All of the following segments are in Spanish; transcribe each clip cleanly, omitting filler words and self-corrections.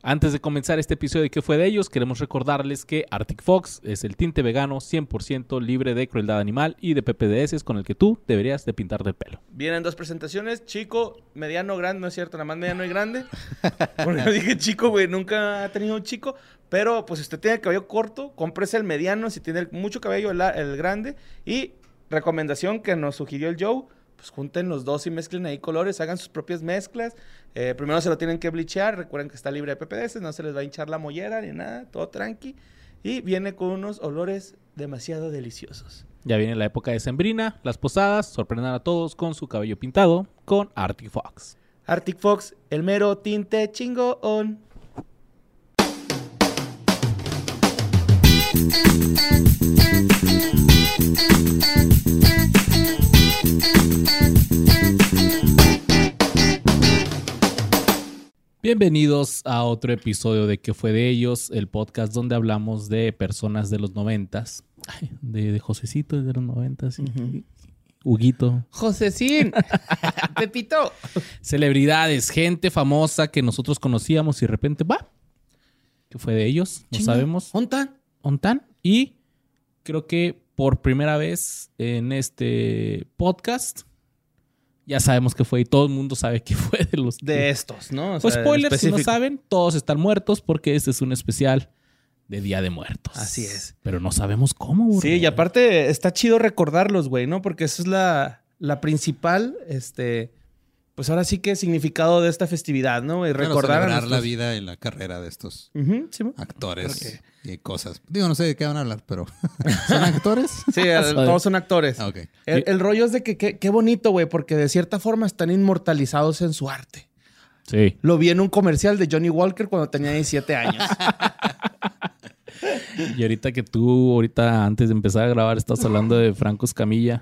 Antes de comenzar este episodio de ¿Qué fue de ellos? Queremos recordarles que Arctic Fox es el tinte vegano 100% libre de crueldad animal y de PPDS con el que tú deberías de pintarte el pelo. Vienen dos presentaciones, chico, mediano, grande, no es cierto, nada más mediano y grande. Porque yo dije chico, güey, nunca ha tenido un chico. Pero pues si usted tiene el cabello corto, cómprese el mediano, si tiene mucho cabello el grande. Y recomendación que nos sugirió el Joe, pues junten los dos y mezclen ahí colores, hagan sus propias mezclas. Primero se lo tienen que bleachear, recuerden que está libre de PPDS, no se les va a hinchar la mollera ni nada, todo tranqui. Y viene con unos olores demasiado deliciosos. Ya viene la época decembrina, las posadas, sorprendan a todos con su cabello pintado con Arctic Fox. Arctic Fox, el mero tinte chingón. Bienvenidos a otro episodio de ¿Qué fue de ellos? El podcast donde hablamos de personas de los 90s. De Josecito de los 90s. Huguito. Josecín. Pepito. Celebridades, gente famosa que nosotros conocíamos y de repente va. ¿Qué fue de ellos? No sabemos. ¿Ontan? Y creo que por primera vez en este podcast ya sabemos qué fue y todo el mundo sabe qué fue de los... De estos, ¿no? O pues sea, spoilers, si no saben, todos están muertos porque este es un especial de Día de Muertos. Así es. Pero no sabemos cómo, burro. Sí, y aparte está chido recordarlos, güey, ¿no? Porque eso es la principal, pues ahora sí que significado de esta festividad, ¿no? Y claro, recordar celebrar la vida y la carrera de estos ¿sí? actores y cosas. Digo, no sé de qué van a hablar, pero ¿son actores? Sí, todos son actores. Ah, ok. El rollo es de que qué bonito, güey, porque de cierta forma están inmortalizados en su arte. Sí. Lo vi en un comercial de Johnny Walker cuando tenía 17 años. Y ahorita que tú, antes de empezar a grabar, estás hablando de Franco Escamilla.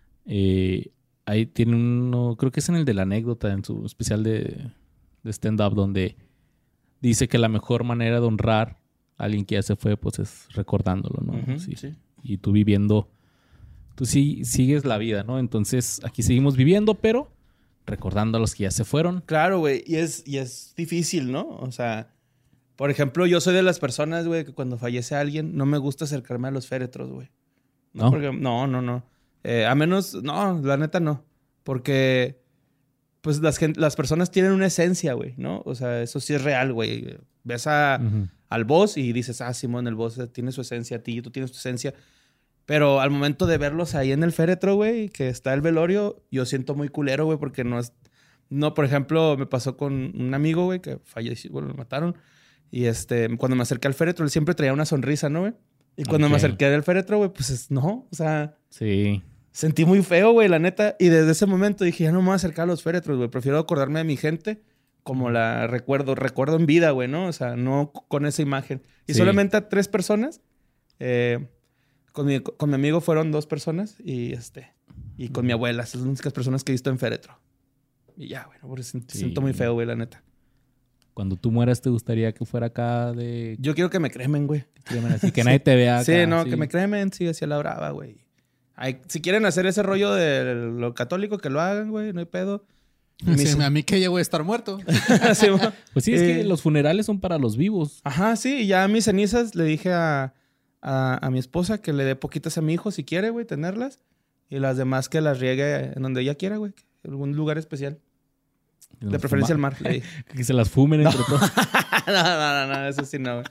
Ahí tiene uno, creo que es en el de la anécdota, en su especial de stand-up, donde dice que la mejor manera de honrar a alguien que ya se fue, pues es recordándolo, ¿no? Uh-huh, sí. Sí. Y tú viviendo, tú sí sigues la vida, ¿no? Entonces aquí seguimos viviendo, pero recordando a los que ya se fueron. Claro, güey. Y es difícil, ¿no? O sea, por ejemplo, yo soy de las personas, güey, que cuando fallece alguien no me gusta acercarme a los féretros, güey. ¿No? Porque, no. A menos, no, la neta no. Porque, pues, las personas tienen una esencia, güey, ¿no? O sea, eso sí es real, güey. Ves al boss y dices, Simón, el boss tiene su esencia, tú tienes tu esencia. Pero al momento de verlos ahí en el féretro, güey, que está el velorio, yo siento muy culero, güey, porque no es... No, por ejemplo, me pasó con un amigo, güey, que falleció, bueno, lo mataron. Y cuando me acerqué al féretro, él siempre traía una sonrisa, ¿no, güey? Y cuando me acerqué al féretro, güey, pues no, o sea... Sí. Sentí muy feo, güey, la neta. Y desde ese momento dije, ya no me voy a acercar a los féretros, güey. Prefiero acordarme de mi gente como la recuerdo en vida, güey, ¿no? O sea, no con esa imagen. Y solamente a 3 personas. Con mi amigo fueron 2 personas y con mi abuela. Esas son las únicas personas que he visto en féretro. Y ya, güey, por eso siento muy feo, güey, la neta. Cuando tú mueras, ¿te gustaría que fuera acá de...? Yo quiero que me cremen, güey. Así que nadie te vea acá. Sí, no, que me cremen, sí, hacia la brava, güey. Si quieren hacer ese rollo de lo católico, que lo hagan, güey, no hay pedo. Sí, a mí que ya voy a estar muerto. Sí, pues sí, es que los funerales son para los vivos. Ajá, sí. Y ya a mis cenizas le dije a mi esposa que le dé poquitas a mi hijo si quiere, güey, tenerlas. Y las demás que las riegue en donde ella quiera, güey. En algún lugar especial. De preferencia al mar, le dije. Que se las fumen entre todos. No, eso sí no, güey.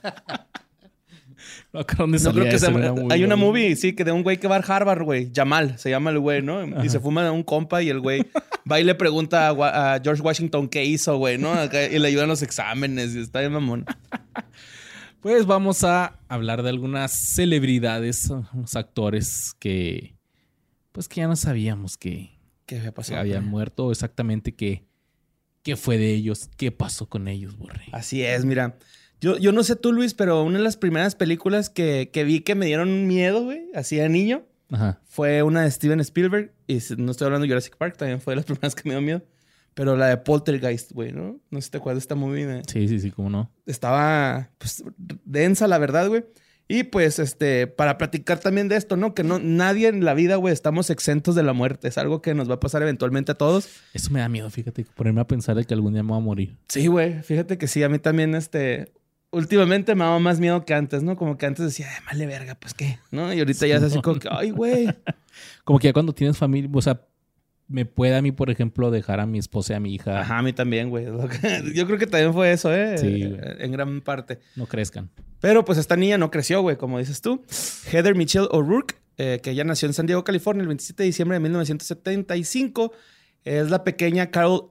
No creo que hay una movie, sí, que de un güey que va a Harvard, güey. Jamal, se llama el güey, ¿no? Ajá. Y se fuma a un compa y el güey va y le pregunta a George Washington qué hizo, güey, ¿no? Y le ayudan los exámenes y está bien mamón. Pues vamos a hablar de algunas celebridades, unos actores que ya no sabíamos que había pasado, habían muerto, exactamente qué fue de ellos, qué pasó con ellos, Borre. Así es, mira. Yo no sé tú, Luis, pero una de las primeras películas que vi que me dieron miedo, güey, así de niño, fue una de Steven Spielberg. Y no estoy hablando de Jurassic Park, también fue de las primeras que me dio miedo. Pero la de Poltergeist, güey, ¿no? No sé si te acuerdas de esta movie. Sí, cómo no. Estaba, pues, densa, la verdad, güey. Y pues, para platicar también de esto, ¿no? Que no, nadie en la vida, güey, estamos exentos de la muerte. Es algo que nos va a pasar eventualmente a todos. Eso me da miedo, fíjate, ponerme a pensar de que algún día me voy a morir. Sí, güey, fíjate que sí, a mí también, últimamente me daba más miedo que antes, ¿no? Como que antes decía, vale verga, pues qué, ¿no? Y ahorita Sí, ya es así no. como que, ay, güey. Como que ya cuando tienes familia, o sea, me puede a mí, por ejemplo, dejar a mi esposa y a mi hija. Ajá, a mí también, güey. Yo creo que también fue eso, Sí, güey. en gran parte. No crezcan. Pero pues esta niña no creció, güey, como dices tú. Heather Michelle O'Rourke, que ella nació en San Diego, California, el 27 de diciembre de 1975. Es la pequeña Carol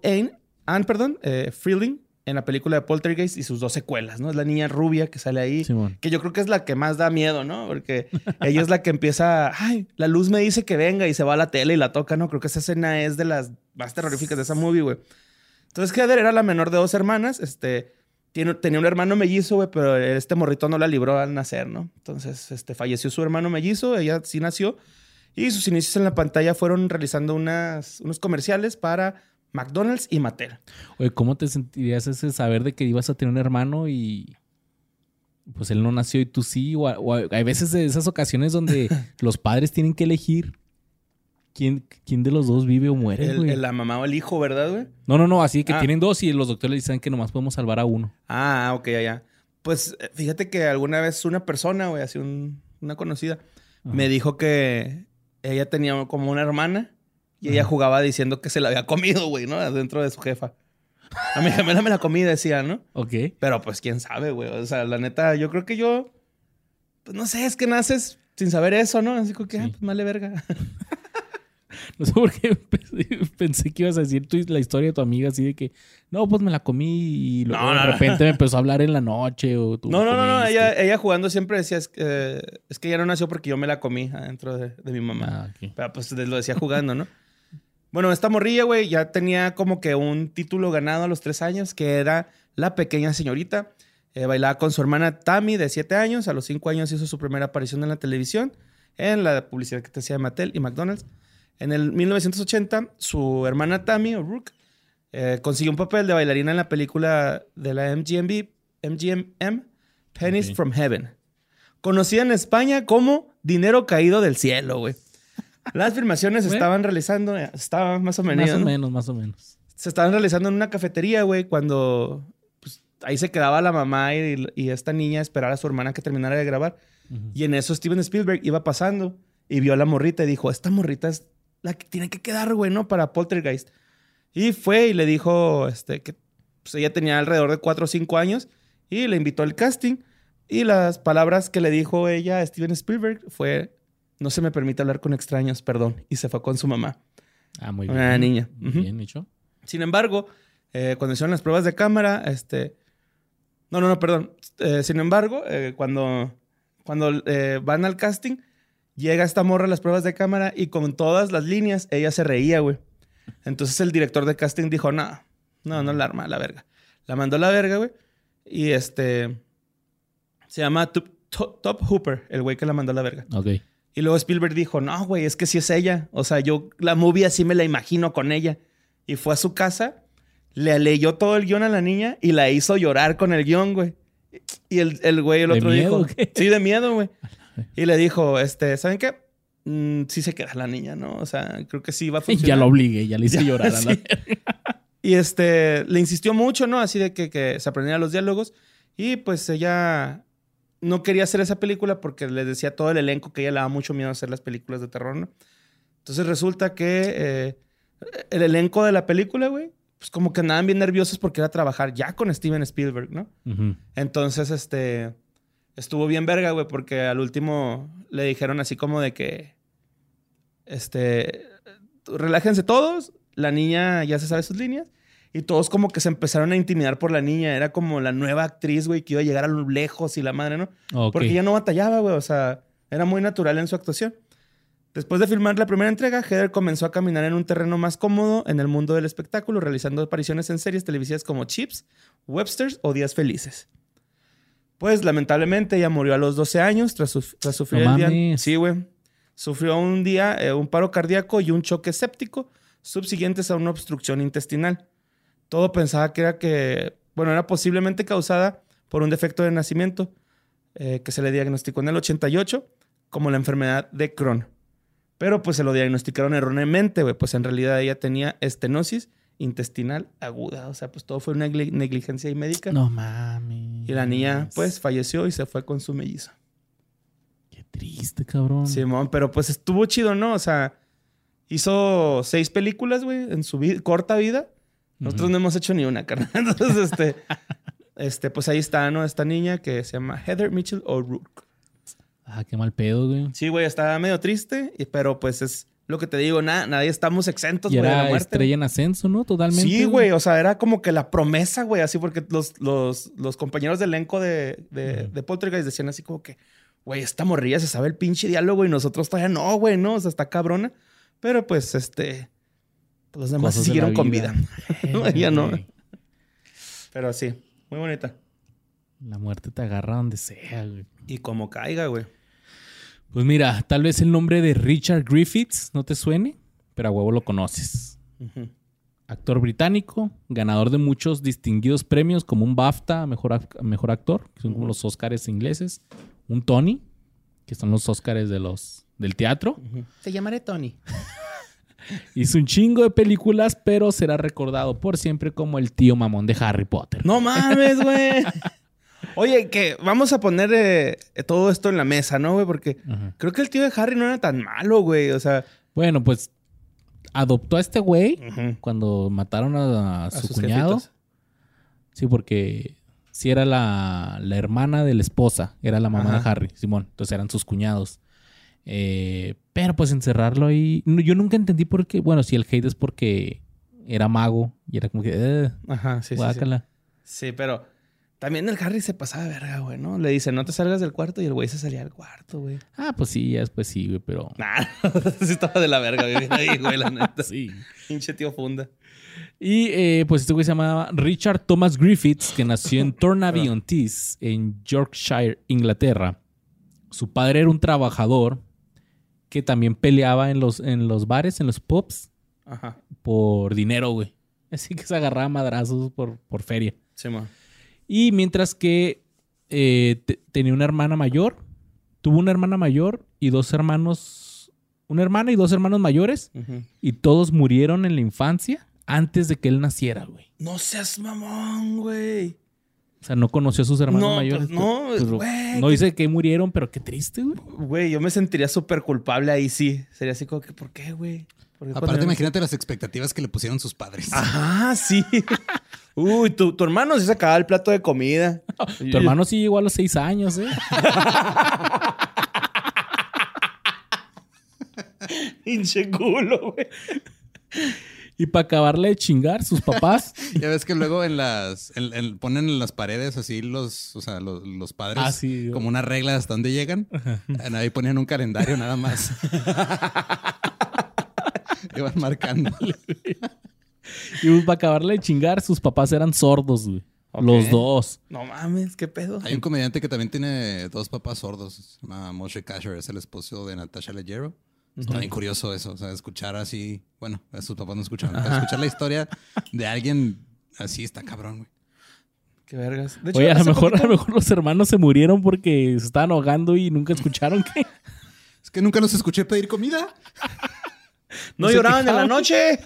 Freeling en la película de Poltergeist y sus 2 secuelas, ¿no? Es la niña rubia que sale ahí. Simón. Que yo creo que es la que más da miedo, ¿no? Porque ella es la que empieza... Ay, la luz me dice que venga y se va a la tele y la toca, ¿no? Creo que esa escena es de las más terroríficas de esa movie, güey. Entonces Heather era la menor de 2 hermanas. Tenía un hermano mellizo, güey, pero este morrito no la libró al nacer, ¿no? Entonces, falleció su hermano mellizo, ella sí nació. Y sus inicios en la pantalla fueron realizando unos comerciales para McDonald's y Mattel. Oye, ¿cómo te sentirías ese saber de que ibas a tener un hermano y pues él no nació y tú sí? O hay veces de esas ocasiones donde los padres tienen que elegir quién de los dos vive o muere, güey. La mamá o el hijo, ¿verdad, güey? No, así que Ah. tienen 2 y los doctores le dicen que nomás podemos salvar a uno. Ah, ok, ya. Pues fíjate que alguna vez una persona, güey, así una conocida, me dijo que ella tenía como una hermana y ella jugaba diciendo que se la había comido, güey, ¿no? Adentro de su jefa. A mi gemela me la comí, decía, ¿no? Ok. Pero pues quién sabe, güey. O sea, la neta, yo creo que yo... Pues no sé, es que naces sin saber eso, ¿no? Así como que, Sí. pues vale verga. No sé por qué pensé que ibas a decir la historia de tu amiga así de que no, pues me la comí y luego de repente me empezó a hablar en la noche o tú No. comiste. Ella jugando siempre decía, es que ella no nació porque yo me la comí adentro de mi mamá. Ah, ok. Pero pues lo decía jugando, ¿no? Bueno, esta morrilla, güey, ya tenía como que un título ganado a los 3 años, que era La Pequeña Señorita. Bailaba con su hermana Tammy, de 7 años. A los 5 años hizo su primera aparición en la televisión, en la publicidad que te hacía de Mattel y McDonald's. En el 1980, su hermana Tammy O'Rourke consiguió un papel de bailarina en la película de la MGM, Pennies from Heaven. Conocida en España como Dinero Caído del Cielo, güey. Las filmaciones se estaban realizando, estaba más o menos. Más o menos. Se estaban realizando en una cafetería, güey, cuando pues, ahí se quedaba la mamá y esta niña a esperar a su hermana que terminara de grabar. Y en eso Steven Spielberg iba pasando y vio a la morrita y dijo, esta morrita es la que tiene que quedar, güey, ¿no? Para Poltergeist. Y fue y le dijo que pues, ella tenía alrededor de 4 o 5 años y le invitó al casting. Y las palabras que le dijo ella a Steven Spielberg fue... No se me permite hablar con extraños, perdón. Y se fue con su mamá. Ah, muy bien. Una niña. Muy bien hecho. Sin embargo, cuando hicieron las pruebas de cámara, perdón. Sin embargo, cuando van al casting, llega esta morra a las pruebas de cámara y con todas las líneas ella se reía, güey. Entonces el director de casting dijo, no la arma, a la verga. La mandó a la verga, güey. Y se llama Top Hooper, el güey que la mandó a la verga. Ok. Y luego Spielberg dijo, no, güey, es que sí es ella. O sea, yo la movie así me la imagino con ella. Y fue a su casa, le leyó todo el guión a la niña y la hizo llorar con el guión, güey. Y el güey, el otro dijo... ¿Qué? Sí, de miedo, güey. Y le dijo, ¿saben qué? Sí se queda la niña, ¿no? O sea, creo que sí va a funcionar. Ya lo obligué, ya le hice llorar a la... Sí. Y le insistió mucho, ¿no? Así de que se aprendiera los diálogos. Y pues ella... No quería hacer esa película porque les decía a todo el elenco que ella le daba mucho miedo hacer las películas de terror, ¿no? Entonces resulta que el elenco de la película, güey, pues como que andaban bien nerviosos porque era trabajar ya con Steven Spielberg, ¿no? Uh-huh. Entonces, estuvo bien verga, güey, porque al último le dijeron así como de que, relájense todos, la niña ya se sabe sus líneas. Y todos como que se empezaron a intimidar por la niña. Era como la nueva actriz, güey, que iba a llegar a lo lejos y la madre, ¿no? Okay. Porque ella no batallaba, güey. O sea, era muy natural en su actuación. Después de filmar la primera entrega, Heather comenzó a caminar en un terreno más cómodo en el mundo del espectáculo, realizando apariciones en series televisivas como Chips, Websters o Días Felices. Pues, lamentablemente, ella murió a los 12 años tras sufrir No el día... mames. Sí, güey. Sufrió un día un paro cardíaco y un choque séptico subsiguientes a una obstrucción intestinal. Todo pensaba que era posiblemente causada por un defecto de nacimiento. que se le diagnosticó en el 88 como la enfermedad de Crohn. Pero pues se lo diagnosticaron erróneamente, güey. Pues en realidad ella tenía estenosis intestinal aguda. O sea, pues todo fue una negligencia médica. No mames. Y la niña, pues, falleció y se fue con su mellizo. Qué triste, cabrón. Simón, pero pues estuvo chido, ¿no? O sea, hizo 6 películas, güey, en su corta vida. Nosotros no hemos hecho ni una, carnal. Entonces, pues ahí está, ¿no? Esta niña que se llama Heather Mitchell O'Rourke. Ah, qué mal pedo, güey. Sí, güey, está medio triste, pero pues es lo que te digo, nadie estamos exentos, Y güey, de la era muerte. estrella en ascenso, ¿no? Totalmente. Sí, güey, o sea, era como que la promesa, güey, así porque los compañeros del elenco de Poltergeist decían así como que, güey, esta morrilla se sabe el pinche diálogo y nosotros todavía no, güey, ¿no? O sea, está cabrona. Pero pues, los demás Cosas de siguieron la con vida. vida. Ya no. Güey. Pero sí, muy bonita. La muerte te agarra donde sea, güey. Y como caiga, güey. Pues mira, tal vez el nombre de Richard Griffiths no te suene, pero a huevo lo conoces. Ujú. Actor británico, ganador de muchos distinguidos premios como un BAFTA a mejor actor, que son como los Óscares ingleses, un Tony, que son los Óscares del teatro. Te llamaré Tony. Hizo un chingo de películas, pero será recordado por siempre como el tío mamón de Harry Potter. No mames, güey. Oye, que vamos a poner todo esto en la mesa, ¿no, güey? Porque creo que el tío de Harry no era tan malo, güey. O sea... Bueno, pues adoptó a este güey Ujú. cuando mataron a su sus cuñado. jefitos. Sí, porque sí era la hermana de la esposa. Era la mamá Ajá. de Harry, Simón. Entonces eran sus cuñados. Pero pues encerrarlo ahí... Yo nunca entendí por qué... Bueno, si el hate es porque era mago. Y era como que... Ajá, sí, sí, sí. guácala. Sí, pero también el Harry se pasaba de verga, güey, ¿no? Le dice, no te salgas del cuarto y el güey se salía del cuarto, güey. Ah, pues sí, ya después sí, güey, pero... Nah, sí estaba de la verga, güey. Ahí, güey, la neta. Sí. Pinche tío funda. Y pues este güey se llamaba Richard Thomas Griffiths, que nació en Thornaby-on-Tees, en Yorkshire, Inglaterra. Su padre era un trabajador que también peleaba en los bares, en los pubs, Ajá. por dinero, güey. Así que se agarraba madrazos por feria. Sí, man. Y mientras que tenía una hermana mayor, tuvo una hermana mayor y dos hermanos, una hermana y dos hermanos mayores, Ujú. y todos murieron en la infancia antes de que él naciera, güey. No seas mamón, güey. O sea, no conoció a sus hermanos No, mayores. pues, no, Pues, güey. no dice que murieron, pero qué triste, güey. Güey, yo me sentiría súper culpable ahí, sí. Sería así como que, ¿por qué, güey? ¿Por qué Aparte, cuando- imagínate las expectativas que le pusieron sus padres. Ajá, sí. Uy, tu hermano sí se acababa el plato de comida. Tu hermano sí llegó a los 6 años, ¿eh? Pinche culo, güey. Y para acabarle de chingar, sus papás. Ya ves que luego ponen en las paredes así los padres Ah, sí. como una regla hasta dónde llegan. Ahí ponían un calendario nada más. Iban marcando. Y pues, para acabarle de chingar, sus papás eran sordos, güey. Ok. Los dos. No mames, qué pedo. Hay un comediante que también tiene 2 papás sordos. Se llama Moshe Kasher, es el esposo de Natasha Leggero. Está bien curioso eso, o sea, escuchar así, bueno, sus papás no escuchan, pero escuchar la historia de alguien así está cabrón, güey. Qué vergas. De hecho, Oye, a lo hace mejor poquito- los hermanos se murieron porque se estaban ahogando y nunca escucharon que... Es que nunca los escuché pedir comida. No se lloraban en la quejaban. noche.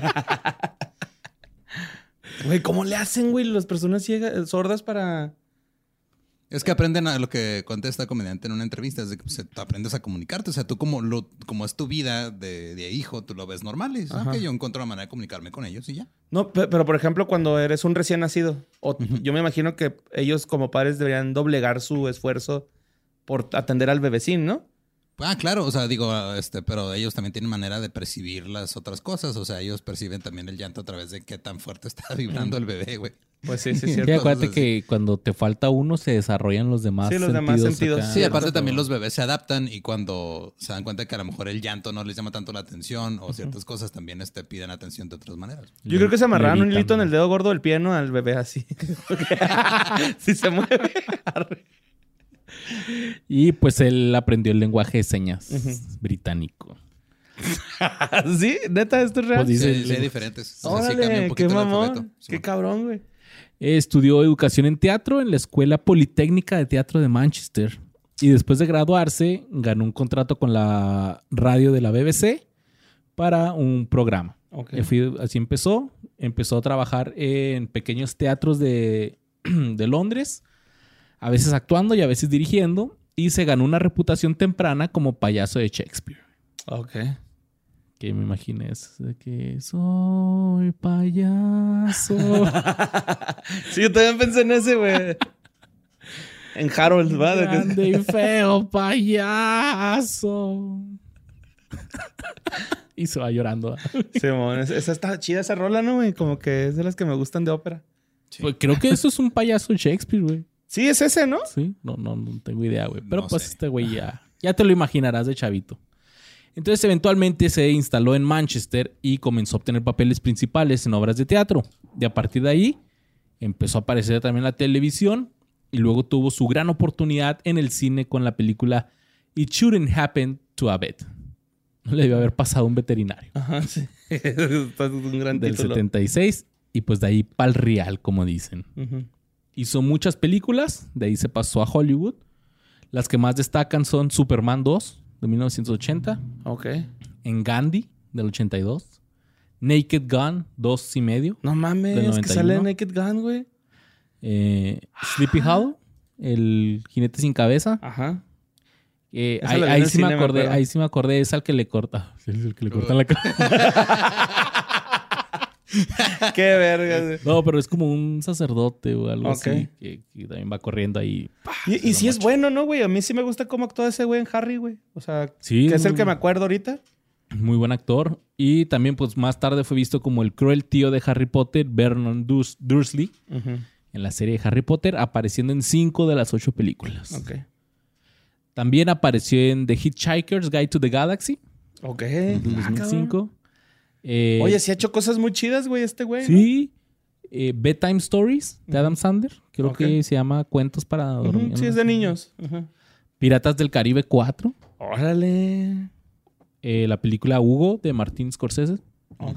Güey, ¿cómo le hacen, güey, las personas ciegas, sordas para...? Es que aprenden a lo que contesta el comediante en una entrevista, es de que pues, tú aprendes a comunicarte, o sea, tú como es tu vida de hijo, tú lo ves normal y dices, Ajá. ok, yo encuentro la manera de comunicarme con ellos y ya. No, pero por ejemplo, cuando eres un recién nacido, yo me imagino que ellos como padres deberían doblegar su esfuerzo por atender al bebecín, ¿no? Ah, claro, o sea, digo, pero ellos también tienen manera de percibir las otras cosas, o sea, ellos perciben también el llanto a través de qué tan fuerte está vibrando el bebé, güey. Pues sí, sí, es Sí, cierto. acuérdate Entonces, que cuando te falta uno se desarrollan los demás Sí, los demás sentidos. acá. Sí, aparte correcto. también los bebés se adaptan y cuando se dan cuenta que a lo mejor el llanto no les llama tanto la atención o ciertas cosas también piden atención de otras maneras. Yo creo que se amarraron un Levitan, hilito en ¿no? el dedo gordo del pie, ¿no? Al bebé así. Si se mueve. Arre. Y pues él aprendió el lenguaje de señas británico. ¿Sí? ¿Neta esto es real? Pues dice- Sí, hay diferentes. O sea, sí Órale, cambia un qué poquito el mamón. alfabeto. Sí, Qué cabrón, güey. Estudió educación en teatro en la Escuela Politécnica de Teatro de Manchester. Y después de graduarse, ganó un contrato con la radio de la BBC para un programa. Okay. Así empezó. Empezó a trabajar en pequeños teatros de Londres, a veces actuando y a veces dirigiendo. Y se ganó una reputación temprana como payaso de Shakespeare. Ok. Que me imagines de que soy payaso. Sí, yo también pensé en ese, güey. En Harold, ¿va? Grande y feo payaso. Y se va llorando. Simón, esa está chida esa rola, ¿no, güey? Como que es de las que me gustan de ópera. Sí. Pues creo que eso es un payaso Shakespeare, güey. Sí, es ese, ¿no? Sí, no tengo idea, güey. Pero No pues sé. este güey ya te lo imaginarás de chavito. Entonces eventualmente se instaló en Manchester y comenzó a obtener papeles principales en obras de teatro. Y a partir de ahí empezó a aparecer también en la televisión y luego tuvo su gran oportunidad en el cine con la película It Shouldn't Happen to a Vet. No le debió haber pasado un veterinario. Ajá, sí. Es un gran Del título. 76 y pues de ahí pa'l real, como dicen. Ujú. Hizo muchas películas, de ahí se pasó a Hollywood. Las que más destacan son Superman 2, de 1980. Ok. En Gandhi, del 82. Naked Gun, 2 y medio. No mames, Del que 91. sale Naked Gun, güey. Sleepy Hollow, el jinete sin cabeza. Ajá. Ahí, la vi en ahí el sí me cine, me acordé, acuerdo. ahí sí me acordé, es al que le corta. Es el que le cortan la cabeza. Qué verga, güey. No, pero es como un sacerdote o algo Ok. así. Que también va corriendo ahí. Y sí es bueno, ¿no, güey? A mí sí me gusta cómo actúa ese güey en Harry, güey. O sea, Sí, que es el muy que me bueno. acuerdo ahorita. Muy buen actor. Y también, pues, más tarde fue visto como el cruel tío de Harry Potter, Vernon Dursley, Ujú. en la serie de Harry Potter, apareciendo en 5 de las 8 películas. Ok. También apareció en The Hitchhiker's Guide to the Galaxy, Ok. en Ah, 2005. Oye, sí ha hecho cosas muy chidas, güey, este güey. Sí. Bedtime Stories de Adam Sandler. Creo Ok. que se llama Cuentos para ¿No? dormir. Ujú, sí, ¿no? es de niños. Ujú. Piratas del Caribe 4. Órale. La película Hugo de Martin Scorsese. Ok.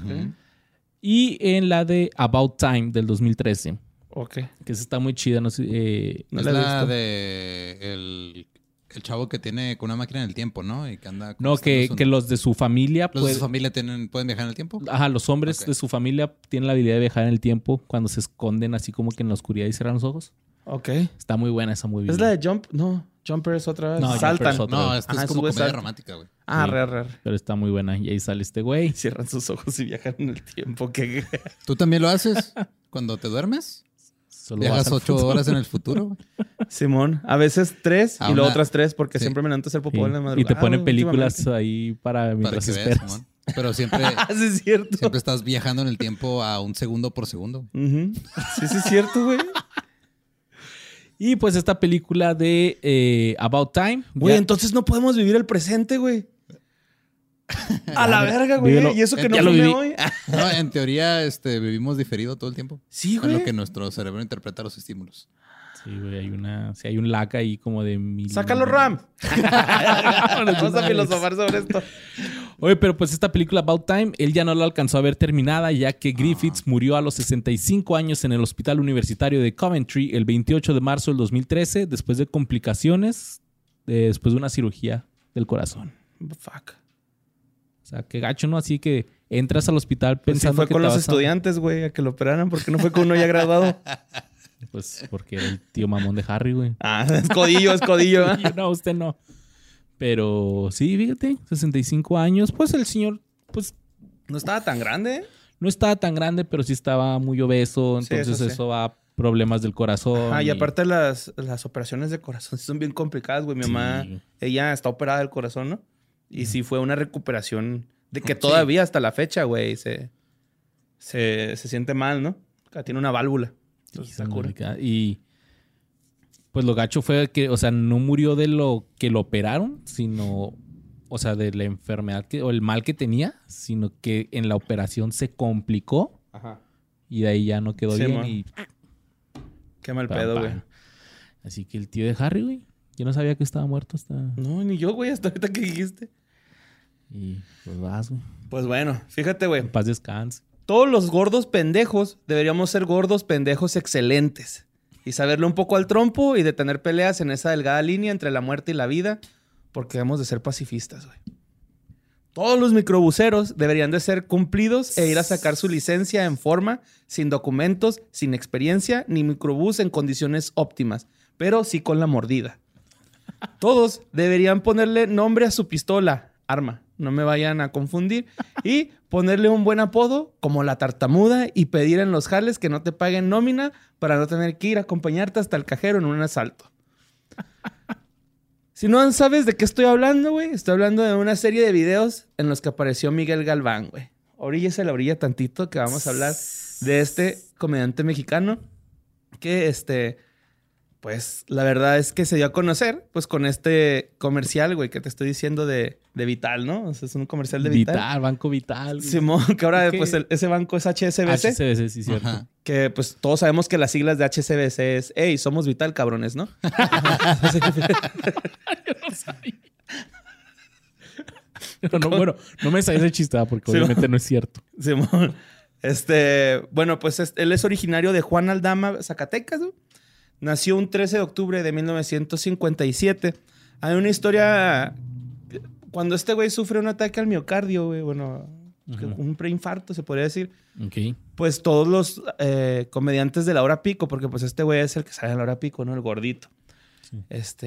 Y en la de About Time del 2013. Ok. Que esa está muy chida. No sé, No es la he la visto. de el chavo que tiene con una máquina en el tiempo, ¿no? Y que anda... no, que los de su familia... ¿Los de su familia pueden viajar en el tiempo? Ajá, los hombres Ok. de su familia tienen la habilidad de viajar en el tiempo cuando se esconden así como que en la oscuridad y cierran los ojos. Ok. Está muy buena esa movie. ¿Es la de Jump? No. Jumper es otra vez. No, Jumper Saltan. es otra. No, esto Ajá, es como sube, comedia salta. romántica, güey. Ah, Sí. re. Pero está muy buena. Y ahí sale este güey. Cierran sus ojos y viajan en el tiempo. ¿Qué? ¿Tú también lo haces cuando te duermes? Solo ¿Viajas vas al 8 futuro. horas en el futuro, güey? Simón, a veces 3 A y luego una- otras 3 porque Sí. siempre me levanto a hacer popó Sí. en la madrugada. Y te ponen güey, películas últimamente. ahí para Para mientras que veas, esperas. Simón. Pero siempre, Ah, sí es cierto. siempre estás viajando en el tiempo a un segundo por segundo. Ujú. Sí, sí es cierto, güey. Y pues esta película de About Time. Güey, ya- entonces no podemos vivir el presente, güey. A la verga, Vívelo. güey. Y eso que no Ya lo fumé viví. hoy. No, en teoría vivimos diferido todo el tiempo. Sí, En güey. lo que nuestro cerebro interpreta los estímulos. Sí, güey, hay un lag ahí como de Sácalo, Ram. Vamos a filosofar sobre esto. Oye, pero pues esta película About Time, él ya no la alcanzó a ver terminada, ya que Griffiths murió a los 65 años en el Hospital Universitario de Coventry el 28 de marzo del 2013, después de complicaciones, después de una cirugía del corazón. Fuck. O sea, qué gacho, ¿no? Así que entras al hospital Pues sí pensando fue que con te los vas a- estudiantes, güey, a que lo operaran porque no fue con uno ya graduado. Pues porque era el tío mamón de Harry, güey. Ah, es codillo, es codillo. ¿eh? No, usted no. Pero sí, fíjate, 65 años. Pues el señor, pues No estaba tan grande, ¿eh? no estaba tan grande, pero sí estaba muy obeso. Sí, Entonces eso sí. eso va a problemas del corazón. Ah, y aparte las operaciones de corazón sí son bien complicadas, güey. Mi mamá, ella está operada del corazón, ¿no? Y sí fue una recuperación de que Sí. todavía hasta la fecha, güey, se siente mal, ¿no? Tiene una válvula. Entonces, está cura. Y pues lo gacho fue que, o sea, no murió de lo que lo operaron, sino, o sea, de la enfermedad o el mal que tenía, sino que en la operación se complicó Ajá. y de ahí ya no quedó Sí, bien. man. Y Qué mal pam, pedo, pam. güey. Así que el tío de Harry, güey, yo no sabía que estaba muerto hasta... No, ni yo, güey, hasta ahorita que dijiste. Y pues vas, güey. Pues bueno, fíjate, güey. En paz descanse. Todos los gordos pendejos deberíamos ser gordos pendejos excelentes. Y saberle un poco al trompo y detener peleas en esa delgada línea entre la muerte y la vida. Porque debemos de ser pacifistas, güey. Todos los microbuseros deberían de ser cumplidos e ir a sacar su licencia en forma, sin documentos, sin experiencia, ni microbús en condiciones óptimas, pero sí con la mordida. Todos deberían ponerle nombre a su pistola, arma, no me vayan a confundir, y ponerle un buen apodo como la tartamuda y pedir en los jales que no te paguen nómina para no tener que ir a acompañarte hasta el cajero en un asalto. Si no sabes de qué estoy hablando, güey, estoy hablando de una serie de videos en los que apareció Miguel Galván, güey. Oríllese la orilla tantito que vamos a hablar de este comediante mexicano que, pues, la verdad es que se dio a conocer, pues, con este comercial, güey, que te estoy diciendo de Vital, ¿no? O sea, es un comercial de Vital. Vital, Banco Vital. Güey. Simón, que ahora, pues, ese banco es HSBC. HSBC, sí, cierto. Ajá. Que, pues, todos sabemos que las siglas de HSBC es, hey, somos Vital, cabrones, ¿no? Yo no sabía. No, bueno, no me sabía ese chiste, porque Sí, obviamente no es cierto. Simón. Bueno, pues él es originario de Juan Aldama, Zacatecas, ¿no? Nació un 13 de octubre de 1957. Hay una historia... Cuando este güey sufre un ataque al miocardio, güey, bueno, un preinfarto, se podría decir. Ok. Pues todos los comediantes de la hora pico, porque pues este güey es el que sale en la hora pico, ¿no? El gordito. Sí.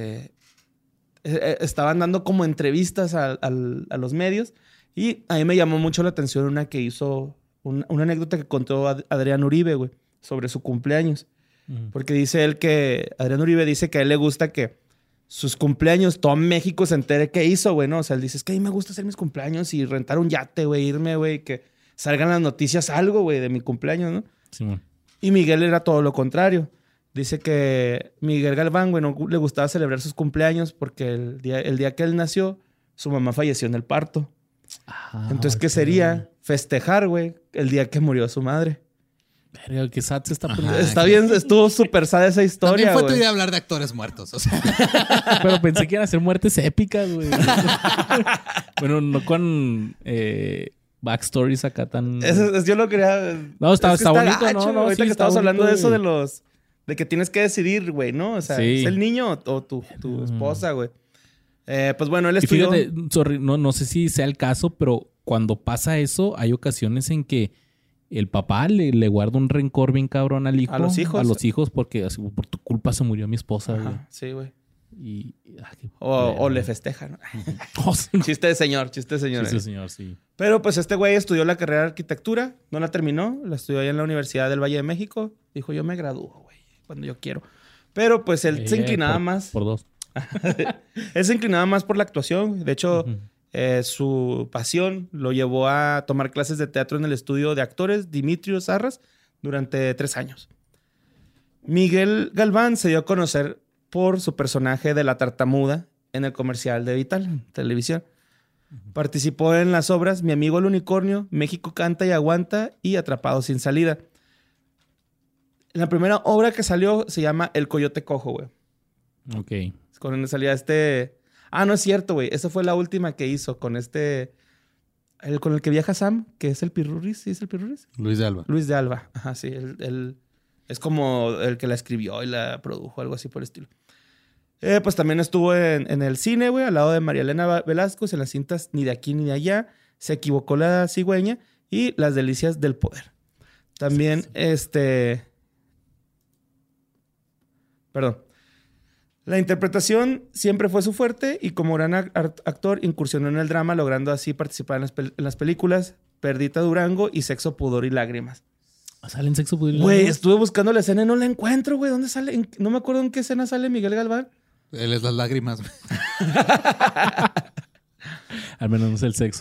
Estaban dando como entrevistas a los medios y a mí me llamó mucho la atención una que hizo, una anécdota que contó Adrián Uribe, güey, sobre su cumpleaños. Porque dice él que, Adrián Uribe dice que a él le gusta que sus cumpleaños, todo México se entere qué hizo, güey, ¿no? O sea, él dice, es que a mí me gusta hacer mis cumpleaños y rentar un yate, güey, irme, güey, que salgan las noticias algo, güey, de mi cumpleaños, ¿no? Sí, bueno. Y Miguel era todo lo contrario. Dice que Miguel Galván, güey, no le gustaba celebrar sus cumpleaños porque el día que él nació, su mamá falleció en el parto. Entonces, ¿qué sería? Festejar, güey, el día que murió su madre. Verga, qué sad se está poniendo. Está bien, estuvo súper sad esa historia, También fue tu güey. idea hablar de actores muertos. O sea, Pero pensé que iban a ser muertes épicas, güey. Bueno, no con backstories acá tan... Yo lo quería... No, está es que bonito, gacho, ¿no? Ahorita Sí, que está estamos hablando de bonito, eso güey. de que tienes que decidir, güey, ¿no? O sea, Sí. ¿es el niño o tu esposa, güey? Pues bueno, él Y estudió... fíjate, sorry, no sé si sea el caso, pero cuando pasa eso, hay ocasiones en que el papá le guarda un rencor bien cabrón al hijo. A los hijos. A los hijos, porque así, por tu culpa se murió mi esposa, güey. Ajá, sí, güey. Qué O le festeja, ¿no? Oh, sí, no. Chiste de señor. Sí, señor, sí. Pero pues este güey estudió la carrera de arquitectura, no la terminó, la estudió allá en la Universidad del Valle de México. Dijo, yo me gradúo, güey, cuando yo quiero. Pero pues él se inclinaba más. Por dos. Él se inclinaba más por la actuación. De hecho, su pasión lo llevó a tomar clases de teatro en el estudio de actores Dimitrios Arras durante 3 años. Miguel Galván se dio a conocer por su personaje de la tartamuda en el comercial de Vital, en televisión. Participó en las obras Mi amigo el unicornio, México canta y aguanta y Atrapado sin salida. La primera obra que salió se llama El coyote cojo, güey. Ok. Con donde salía no es cierto, güey. Esa fue la última que hizo con con el que viaja Sam, que es el Pirurris. ¿Sí es el Pirurris? Luis de Alba. Luis de Alba. Ajá, sí. Él es como el que la escribió y la produjo, algo así por el estilo. Pues también estuvo en el cine, güey, al lado de María Elena Velasco, en las cintas Ni de aquí ni de allá, Se equivocó la cigüeña y Las delicias del poder. También, Perdón. La interpretación siempre fue su fuerte y como gran actor incursionó en el drama, logrando así participar en las películas Perdita Durango y Sexo, Pudor y Lágrimas. ¿Sale en Sexo Pudor y Güey, Lágrimas? estuve buscando la escena y no la encuentro, güey. ¿Dónde sale? No me acuerdo en qué escena sale Miguel Galván. Él es las lágrimas, güey. Al menos no es el sexo.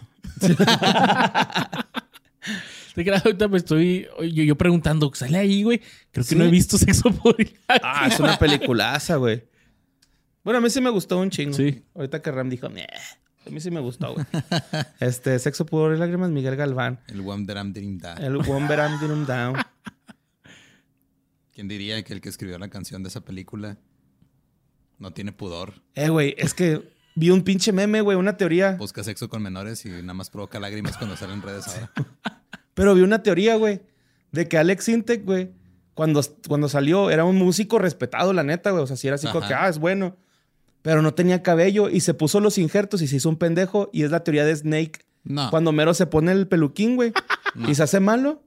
Te creas, ahorita me estoy yo preguntando, ¿sale ahí, güey? Creo que Sí. no he visto Sexo Pudor y Lágrimas. Es una peliculaza, güey. Bueno, a mí sí me gustó un chingo. Sí. Ahorita que Ram dijo, a mí sí me gustó, güey. Sexo, Pudor y Lágrimas, Miguel Galván. El Wham Deram Dream Da. El Womberam Dinum Down. ¿Quién diría que el que escribió la canción de esa película no tiene pudor? Güey, es que vi un pinche meme, güey, una teoría. Busca sexo con menores y nada más provoca lágrimas cuando salen en redes ahora. Pero vi una teoría, güey, de que Alex Intec, güey, cuando salió, era un músico respetado, la neta, güey. O sea, sí era así como que, es bueno. Pero no tenía cabello y se puso los injertos y se hizo un pendejo. Y es la teoría de Snake. No. Cuando Mero se pone el peluquín, güey, y se hace malo.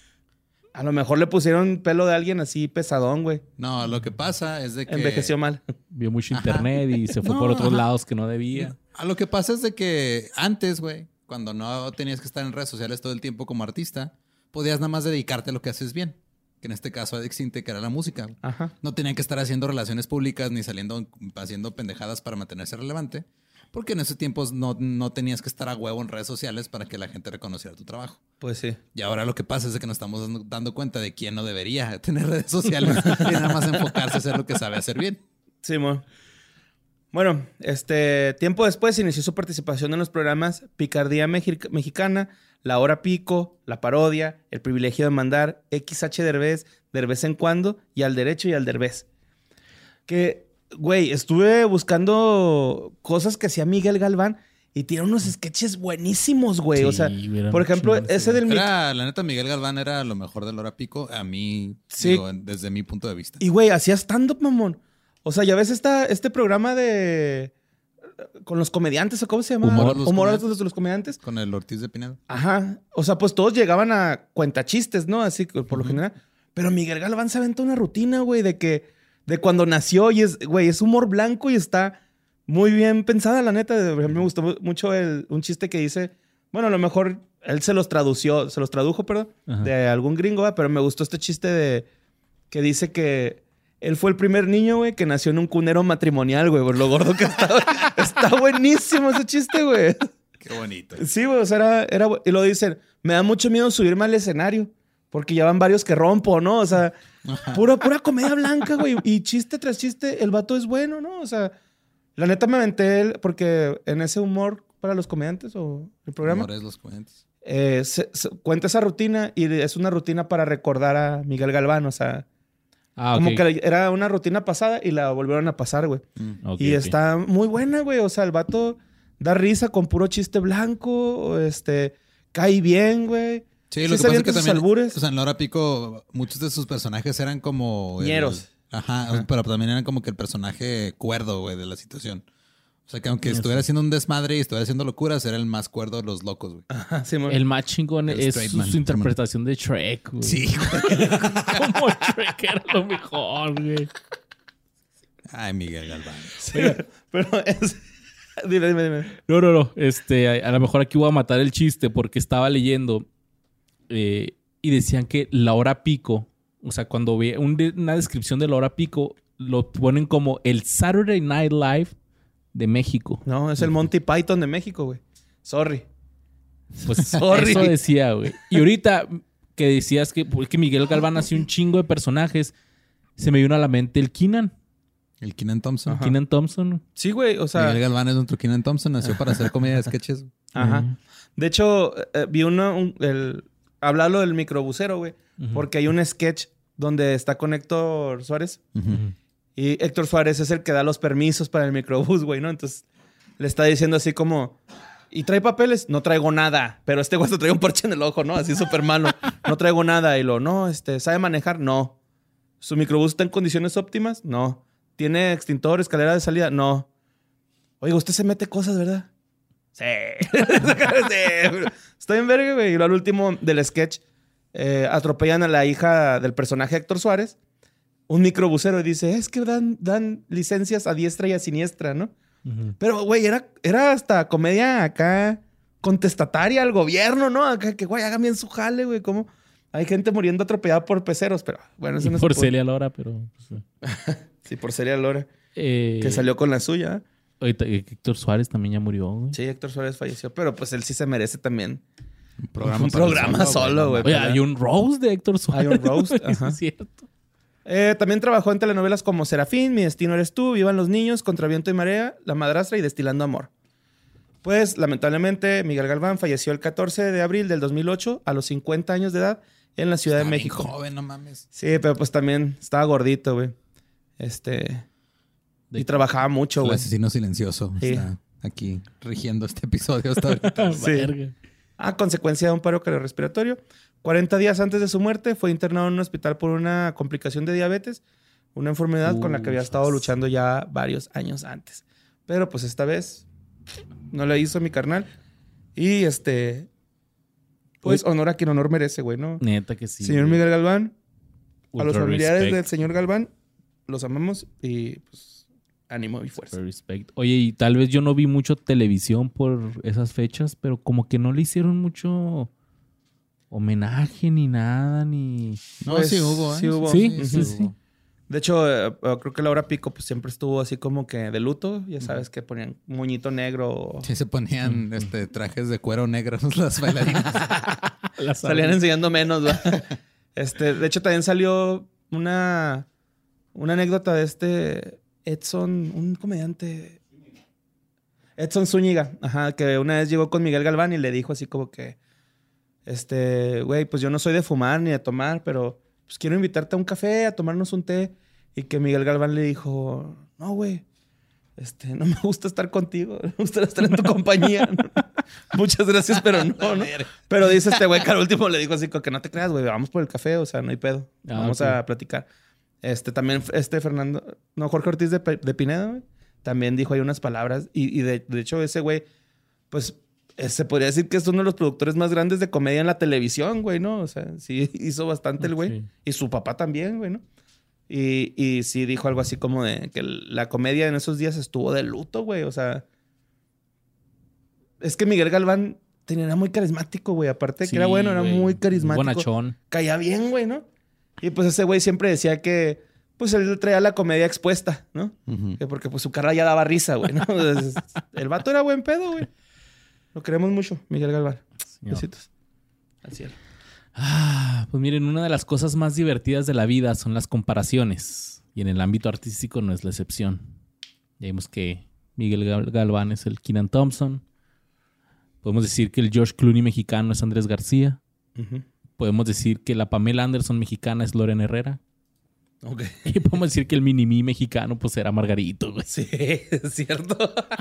A lo mejor le pusieron pelo de alguien así pesadón, güey. No, lo que pasa es de que... Envejeció mal. Vio mucho internet y se fue por otros lados que no debía. A lo que pasa es de que antes, güey, cuando no tenías que estar en redes sociales todo el tiempo como artista, podías nada más dedicarte a lo que haces bien. Que en este caso Alex Intec era la música. Ajá. No tenían que estar haciendo relaciones públicas ni haciendo pendejadas para mantenerse relevante. Porque en esos tiempos no tenías que estar a huevo en redes sociales para que la gente reconociera tu trabajo. Pues sí. Y ahora lo que pasa es de que nos estamos dando cuenta de quién no debería tener redes sociales y nada más enfocarse a hacer lo que sabe hacer bien. Sí, bueno, tiempo después inició su participación en los programas Picardía Mexicana, La Hora Pico, La Parodia, El Privilegio de Mandar, XH Derbez, Derbez en Cuando y Al Derecho y Al Derbez. Que, güey, estuve buscando cosas que hacía Miguel Galván y tiene unos sketches buenísimos, güey. Sí, o sea, por ejemplo, ese del... La neta, Miguel Galván era lo mejor de La Hora Pico a mí, Sí. digo, desde mi punto de vista. Y, güey, hacía stand-up, mamón. O sea, ya ves este programa de... Con los comediantes, ¿o cómo se llama? Humor de los comediantes. Con el Ortiz de Pinedo. Ajá. O sea, pues todos llegaban a cuentachistes, ¿no? Así por lo general. Pero Miguel Galván se aventó una rutina, güey, de cuando nació y es humor blanco y está muy bien pensada, la neta. Por ejemplo, me gustó mucho un chiste que dice, bueno, a lo mejor él se los tradujo, perdón, de algún gringo, ¿verdad? Pero me gustó este chiste que dice que él fue el primer niño, güey, que nació en un cunero matrimonial, güey, por lo gordo que estaba. Está buenísimo ese chiste, güey. Qué bonito. Sí, güey, o sea, y lo dicen, me da mucho miedo subirme al escenario, porque ya van varios que rompo, ¿no? O sea, pura comedia blanca, güey. Y chiste tras chiste, el vato es bueno, ¿no? O sea, la neta me aventé porque en ese humor para los comediantes o el programa. Humores los comediantes. Cuenta esa rutina y es una rutina para recordar a Miguel Galván, o sea... Okay. Como que era una rutina pasada y la volvieron a pasar, güey. Okay, está muy buena, güey. O sea, el vato da risa con puro chiste blanco. Cae bien, güey. Sí, lo que pasa es que también... albures. O sea, en La Hora Pico, muchos de sus personajes eran como... ñeros. Ajá, pero también eran como que el personaje cuerdo, güey, de la situación. O sea, que aunque estuviera haciendo un desmadre y estuviera haciendo locuras, era el más cuerdo de los locos, güey. Ajá, sí, el más chingón es su interpretación de Shrek, güey. Sí, güey. Como Shrek era lo mejor, güey. Ay, Miguel Galván. Sí. Pero es... Dime. No. A lo mejor aquí voy a matar el chiste porque estaba leyendo y decían que La Hora Pico, o sea, cuando ve una descripción de La Hora Pico, lo ponen como el Saturday Night Live de México. No, es el Monty Python de México, güey. Sorry. Pues sorry. Eso decía, güey. Y ahorita que decías que Miguel Galván hacía un chingo de personajes, se me vino a la mente el Kenan. El Kenan Thompson. Ajá. Kenan Thompson. Sí, güey, o sea... Miguel Galván es nuestro Kenan Thompson. Nació para hacer comedia de sketches. Ajá. De hecho, vi hablarlo del microbusero, güey. Porque hay un sketch donde está con Héctor Suárez. Y Héctor Suárez es el que da los permisos para el microbús, güey, ¿no? Entonces le está diciendo así como... ¿Y trae papeles? No traigo nada. Pero este güey se trae un parche en el ojo, ¿no? Así súper malo. No traigo nada. Y ¿sabe manejar? No. ¿Su microbús está en condiciones óptimas? No. ¿Tiene extintor, escalera de salida? No. Oiga, usted se mete cosas, ¿verdad? Sí. Sí. Estoy en verga, güey. Y lo al último del sketch, atropellan a la hija del personaje Héctor Suárez. Un microbusero y dice, es que dan licencias a diestra y a siniestra, ¿no? Pero, güey, era hasta comedia acá contestataria al gobierno, ¿no? Acá que, güey, hagan bien su jale, güey. Como hay gente muriendo atropellada por peceros, pero bueno, eso no es... Por Celia Lora, pero... Pues, sí, por Celia Lora. Que salió con la suya. Ahorita, Héctor Suárez también ya murió, güey. Sí, Héctor Suárez falleció, pero pues él sí se merece también Un programa solo, güey. Oye, hay un roast de Héctor Suárez. Hay un roast, ajá. Es cierto. También trabajó en telenovelas como Serafín, Mi Destino Eres Tú, Vivan los Niños, Contra Viento y Marea, La Madrastra y Destilando Amor. Pues, lamentablemente, Miguel Galván falleció el 14 de abril del 2008 a los 50 años de edad en la Ciudad de México. Bien joven, no mames. Sí, pero pues también estaba gordito, güey. Y trabajaba mucho, El güey. asesino silencioso Sí. está aquí rigiendo este episodio hasta ahorita. Sí. a consecuencia de un paro cardiorrespiratorio. 40 días antes de su muerte fue internado en un hospital por una complicación de diabetes, una enfermedad con la que había estado luchando ya varios años antes. Pero pues esta vez no la hizo mi carnal. Y pues honor a quien honor merece, güey, ¿no? Neta que sí. Señor Miguel Galván, Ultra a los familiares respect. del señor Galván, los amamos y pues ánimo y fuerza. Respect. Oye, y tal vez yo no vi mucho televisión por esas fechas, pero como que no le hicieron mucho homenaje ni nada, ni... No, Pues, sí hubo, ¿eh? sí hubo. Sí, sí, sí. hubo. De hecho, creo que la hora pico pues siempre estuvo así como que de luto. Ya sabes que ponían un moñito negro. Sí, se ponían trajes de cuero negros las bailarinas. Salían enseñando menos, ¿va? De hecho, también salió una anécdota de Edson, un comediante. Edson Zúñiga, ajá, que una vez llegó con Miguel Galván y le dijo así como que, güey, pues yo no soy de fumar ni de tomar, pero pues quiero invitarte a un café, a tomarnos un té. Y que Miguel Galván le dijo, no, güey, no me gusta estar contigo, me gusta estar en tu compañía. Muchas gracias, pero no. Pero dice güey que al último le dijo así como que no te creas, güey, vamos por el café, o sea, no hay pedo. Vamos a platicar. También Fernando, no, Jorge Ortiz de Pinedo, güey, también dijo ahí unas palabras. Y de hecho ese güey, pues se podría decir que es uno de los productores más grandes de comedia en la televisión, güey, ¿no? O sea, sí hizo bastante el güey. Sí. Y su papá también, güey, ¿no? Y sí dijo algo así como de que la comedia en esos días estuvo de luto, güey. O sea, es que Miguel Galván era muy carismático, güey. Aparte de que era bueno, era muy carismático. Bonachón. Caía bien, güey, ¿no? Y pues ese güey siempre decía que pues él traía la comedia expuesta, ¿no? Que porque pues su cara ya daba risa, güey, ¿no? Entonces, el vato era buen pedo, güey. Lo queremos mucho, Miguel Galván. Señor. Besitos. Al cielo. Pues miren, una de las cosas más divertidas de la vida son las comparaciones. Y en el ámbito artístico no es la excepción. Ya vimos que Miguel Galván es el Kenan Thompson. Podemos decir que el George Clooney mexicano es Andrés García. Podemos decir que la Pamela Anderson mexicana es Lorena Herrera. Ok. Y podemos decir que el Mini-Me mexicano pues era Margarito, güey. Sí, es cierto.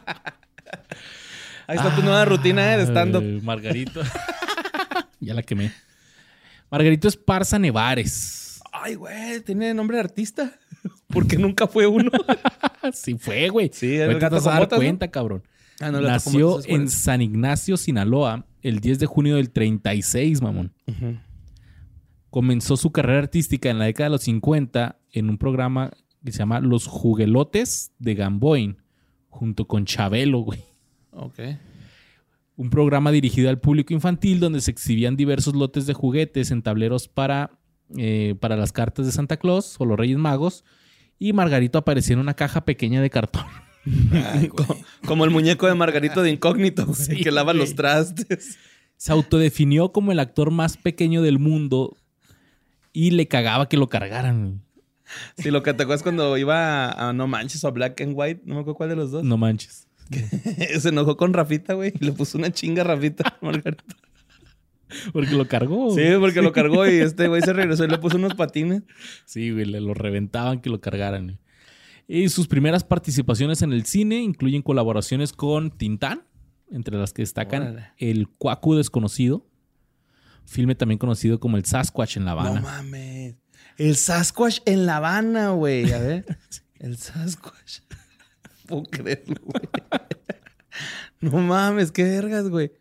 Ahí está tu nueva rutina de stand-up. Margarito. Ya la quemé. Margarito Esparza Nevares. Ay, güey, tiene nombre de artista. Porque nunca fue uno. Sí fue, güey. Sí, ahorita te vas a dar cuenta, ¿no? Cabrón. No, nació en San Ignacio, Sinaloa, el 10 de junio del 36, mamón. Comenzó su carrera artística en la década de los 50 en un programa que se llama Los Juguelotes de Gamboín, junto con Chabelo, güey. Ok. Un programa dirigido al público infantil donde se exhibían diversos lotes de juguetes en tableros para las cartas de Santa Claus o los Reyes Magos. Y Margarito aparecía en una caja pequeña de cartón. Ay, como el muñeco de Margarito de Incógnito, sí, que lava los trastes. Se autodefinió como el actor más pequeño del mundo y le cagaba que lo cargaran. Sí, lo que te acuerdas cuando iba a No Manches o a Black and White, no me acuerdo cuál de los dos. No manches. Se enojó con Rafita, güey, y le puso una chinga a Rafita a Margarito. Porque lo cargó. Sí, porque lo cargó y güey se regresó y le puso unos patines. Sí, güey, le lo reventaban que lo cargaran, güey. Y sus primeras participaciones en el cine incluyen colaboraciones con Tintán, entre las que destacan El Cuacu Desconocido, filme también conocido como El Sasquatch en La Habana. No mames. El Sasquatch en La Habana, güey. A ver. El Sasquatch. No puedo creerlo, güey. No mames, qué vergas, güey.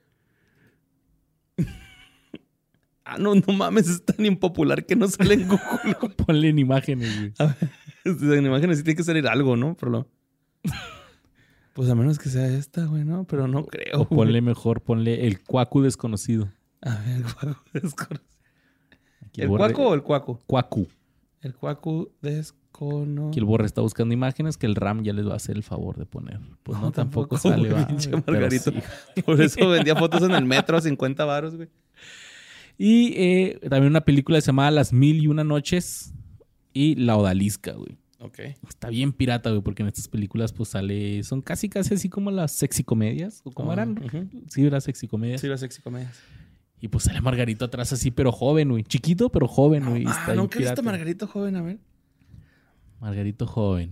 No mames, es tan impopular que no sale en Google. Ponle en imágenes, güey. A ver, en imágenes sí tiene que salir algo, ¿no? Pues a menos que sea esta, güey, ¿no? Pero no creo. O ponle El Cuacu Desconocido. A ver, el Cuacu Desconocido. ¿El Cuacu o el Cuacu? Cuacu. El Cuacu Desconocido. Aquí el Borre está buscando imágenes que el Ram ya les va a hacer el favor de poner. Pues no tampoco sale, va. Pinche Margarito. Sí. Por eso vendía fotos en el metro a 50 varos, güey. Y también una película que se llama Las Mil y Una Noches y La Odalisca, güey. Ok. Está bien pirata, güey, porque en estas películas pues son casi así como las sexy comedias. ¿O cómo eran? Sí, eran sexy comedias. Sí, las sexy comedias. Y pues sale Margarito atrás así, pero joven, güey. Chiquito, pero joven, güey. ¿Nunca viste a Margarito joven? A ver. Margarito joven.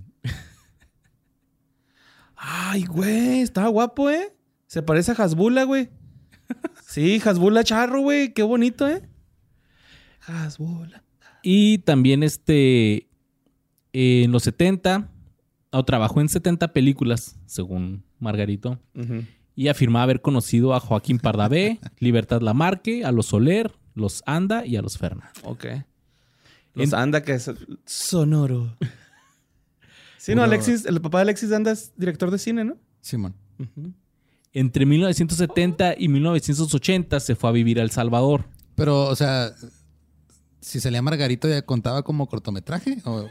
Ay, güey. Estaba guapo, ¿eh? Se parece a Hasbula, güey. Sí, Hasbula Charro, güey. Qué bonito, ¿eh? Hasbula. Y también en los 70, trabajó en 70 películas, según Margarito. Y afirmaba haber conocido a Joaquín Pardavé, Libertad Lamarque, a los Soler, los Anda y a los Fernández. Ok. Los Anda, que es sonoro. Sí, no, Alexis, el papá de Alexis Anda es director de cine, ¿no? Simón. Entre 1970 y 1980 se fue a vivir a El Salvador. Pero, o sea, si salía Margarito, ¿ya contaba como cortometraje? ¿O?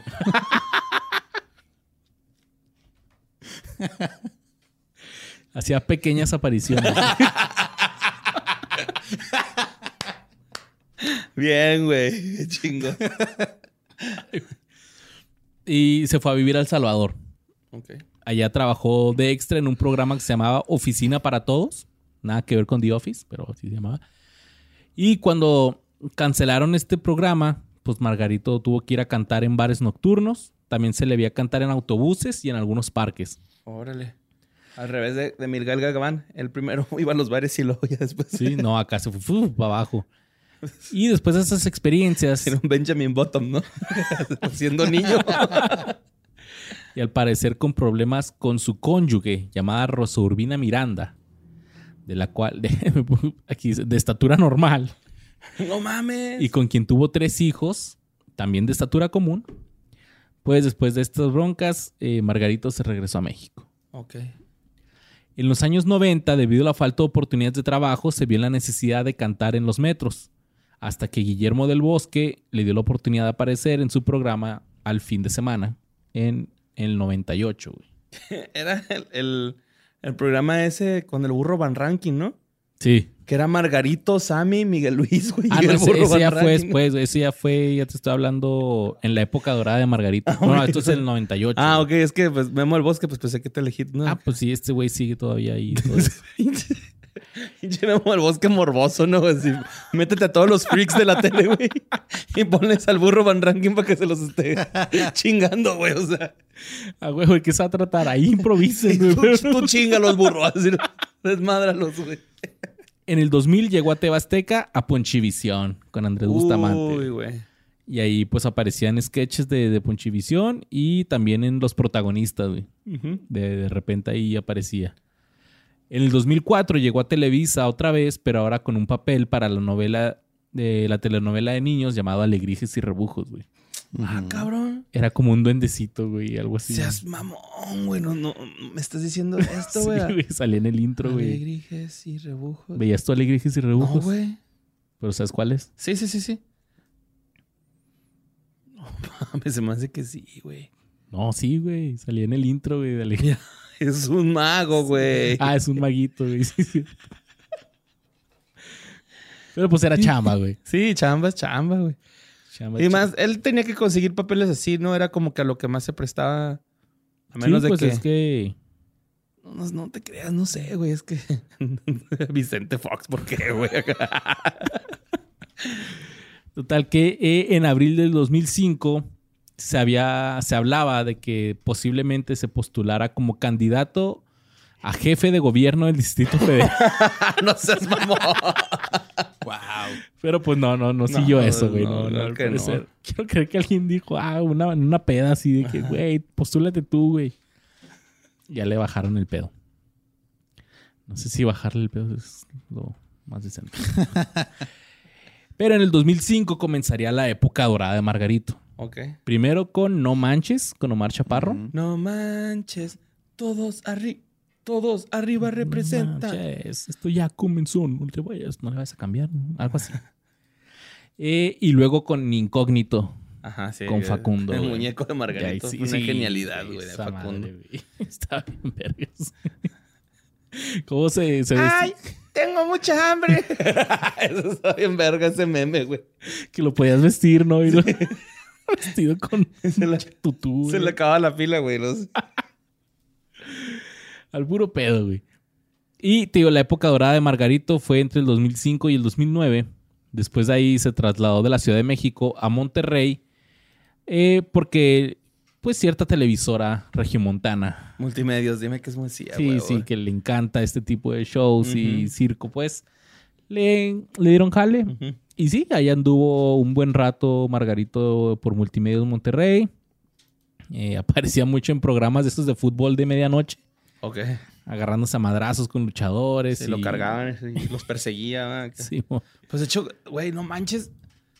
Hacía pequeñas apariciones. Bien, güey. Chingo. Y se fue a vivir a El Salvador. Ok. Allá trabajó de extra en un programa que se llamaba Oficina para Todos. Nada que ver con The Office, pero así se llamaba. Y cuando cancelaron este programa, pues Margarito tuvo que ir a cantar en bares nocturnos. También se le veía cantar en autobuses y en algunos parques. Órale. Al revés de Miguel Gagabán. El primero iba a los bares y luego ya después. Sí, no, acá se fue para abajo. Y después de esas experiencias... Era un Benjamin Button, ¿no? Siendo niño. Y al parecer con problemas con su cónyuge, llamada Rosa Urbina Miranda, de la cual, aquí dice, de estatura normal. ¡No mames! Y con quien tuvo 3 hijos, también de estatura común. Pues después de estas broncas, Margarito se regresó a México. Ok. En los años 90, debido a la falta de oportunidades de trabajo, se vio la necesidad de cantar en los metros, hasta que Guillermo del Bosque le dio la oportunidad de aparecer en su programa Al Fin de Semana en el 98, güey. Era el programa ese con el burro Van Ranking, ¿no? Sí. Que era Margarito, Sammy, Miguel Luis, güey. Ah, no, ese ya fue después. Ese ya fue, ya te estoy hablando en la época dorada de Margarito. No, esto es el 98. Ah, güey. ok. Es que pues Memo del Bosque, pues pensé que te elegí. ¿No? Ah, pues sí, este güey sigue todavía ahí. Pinche Memo del Bosque morboso, ¿no? Así, métete a todos los freaks de la tele, güey. Y ponles al burro Van Ranking para que se los esté chingando, güey. O sea. Ah, güey, ¿qué se va a tratar? Ahí improvisen, güey. Tú chingalos, burro. Así, desmádralos, güey. En el 2000 llegó a TV Azteca a Ponchivisión con Andrés Bustamante. Uy, güey. Y ahí pues aparecían sketches de Ponchivisión y también en Los Protagonistas, güey. De repente ahí aparecía. En el 2004 llegó a Televisa otra vez, pero ahora con un papel para la telenovela de niños llamado Alegrijes y Rebujos, güey. Ah, cabrón. Era como un duendecito, güey, algo así. Seas mamón, güey. No, me estás diciendo esto, güey. Sí, güey, salía en el intro, güey. Alegrijes y Rebujos. ¿Veías tú Alegrijes y Rebujos? No, güey. ¿Pero sabes cuál es? Sí. No mames, se me hace que sí, güey. No, sí, güey. Salía en el intro, güey, de Alegría. Es un mago, güey. Ah, es un maguito, güey. Sí. Pero pues era chamba, güey. Sí, chamba es chamba, güey. Y más, él tenía que conseguir papeles así, ¿no? Era como que a lo que más se prestaba. A menos sí, pues de que... es que... No te creas, no sé, güey. Es que... Vicente Fox, ¿por qué, güey? Total que en abril del 2005 se hablaba de que posiblemente se postulara como candidato a jefe de gobierno del Distrito Federal. No seas mamón. Wow. Pero pues no siguió eso, güey. No, que no. Quiero creer que alguien dijo, una peda así de que, güey, postúlate tú, güey. Ya le bajaron el pedo. No sé si bajarle el pedo es lo más decente. Pero en el 2005 comenzaría la época dorada de Margarito. Ok. Primero con No Manches, con Omar Chaparro. No manches, todos arriba representan. No manches, esto ya comenzó, no le vayas a cambiar, ¿no? Algo así. Y luego con Incógnito. Ajá, sí. Con Facundo. El güey. muñeco de Margarito. Sí, Una sí, genialidad, güey, de esa Facundo. madre, güey. Está bien vergas. ¿Cómo se vestía? ¡Ay! Tengo mucha hambre. Eso está bien verga, ese meme, güey. Que lo podías vestir, ¿no? Y vestido con tutú. Se le acaba la pila, güey. Al puro pedo, güey. Y, te digo, la época dorada de Margarito fue entre el 2005 y el 2009. Después de ahí se trasladó de la Ciudad de México a Monterrey porque, pues, cierta televisora regiomontana. Multimedios, dime que es muy Sí, que le encanta este tipo de shows y circo, pues. le dieron jale. Ujú. Y sí, ahí anduvo un buen rato Margarito por Multimedios Monterrey. Aparecía mucho en programas de estos de fútbol de medianoche, Ok. agarrándose a madrazos con luchadores. Sí, lo cargaban y los perseguía. ¿verdad? Sí, mo. Pues de hecho, güey, no manches.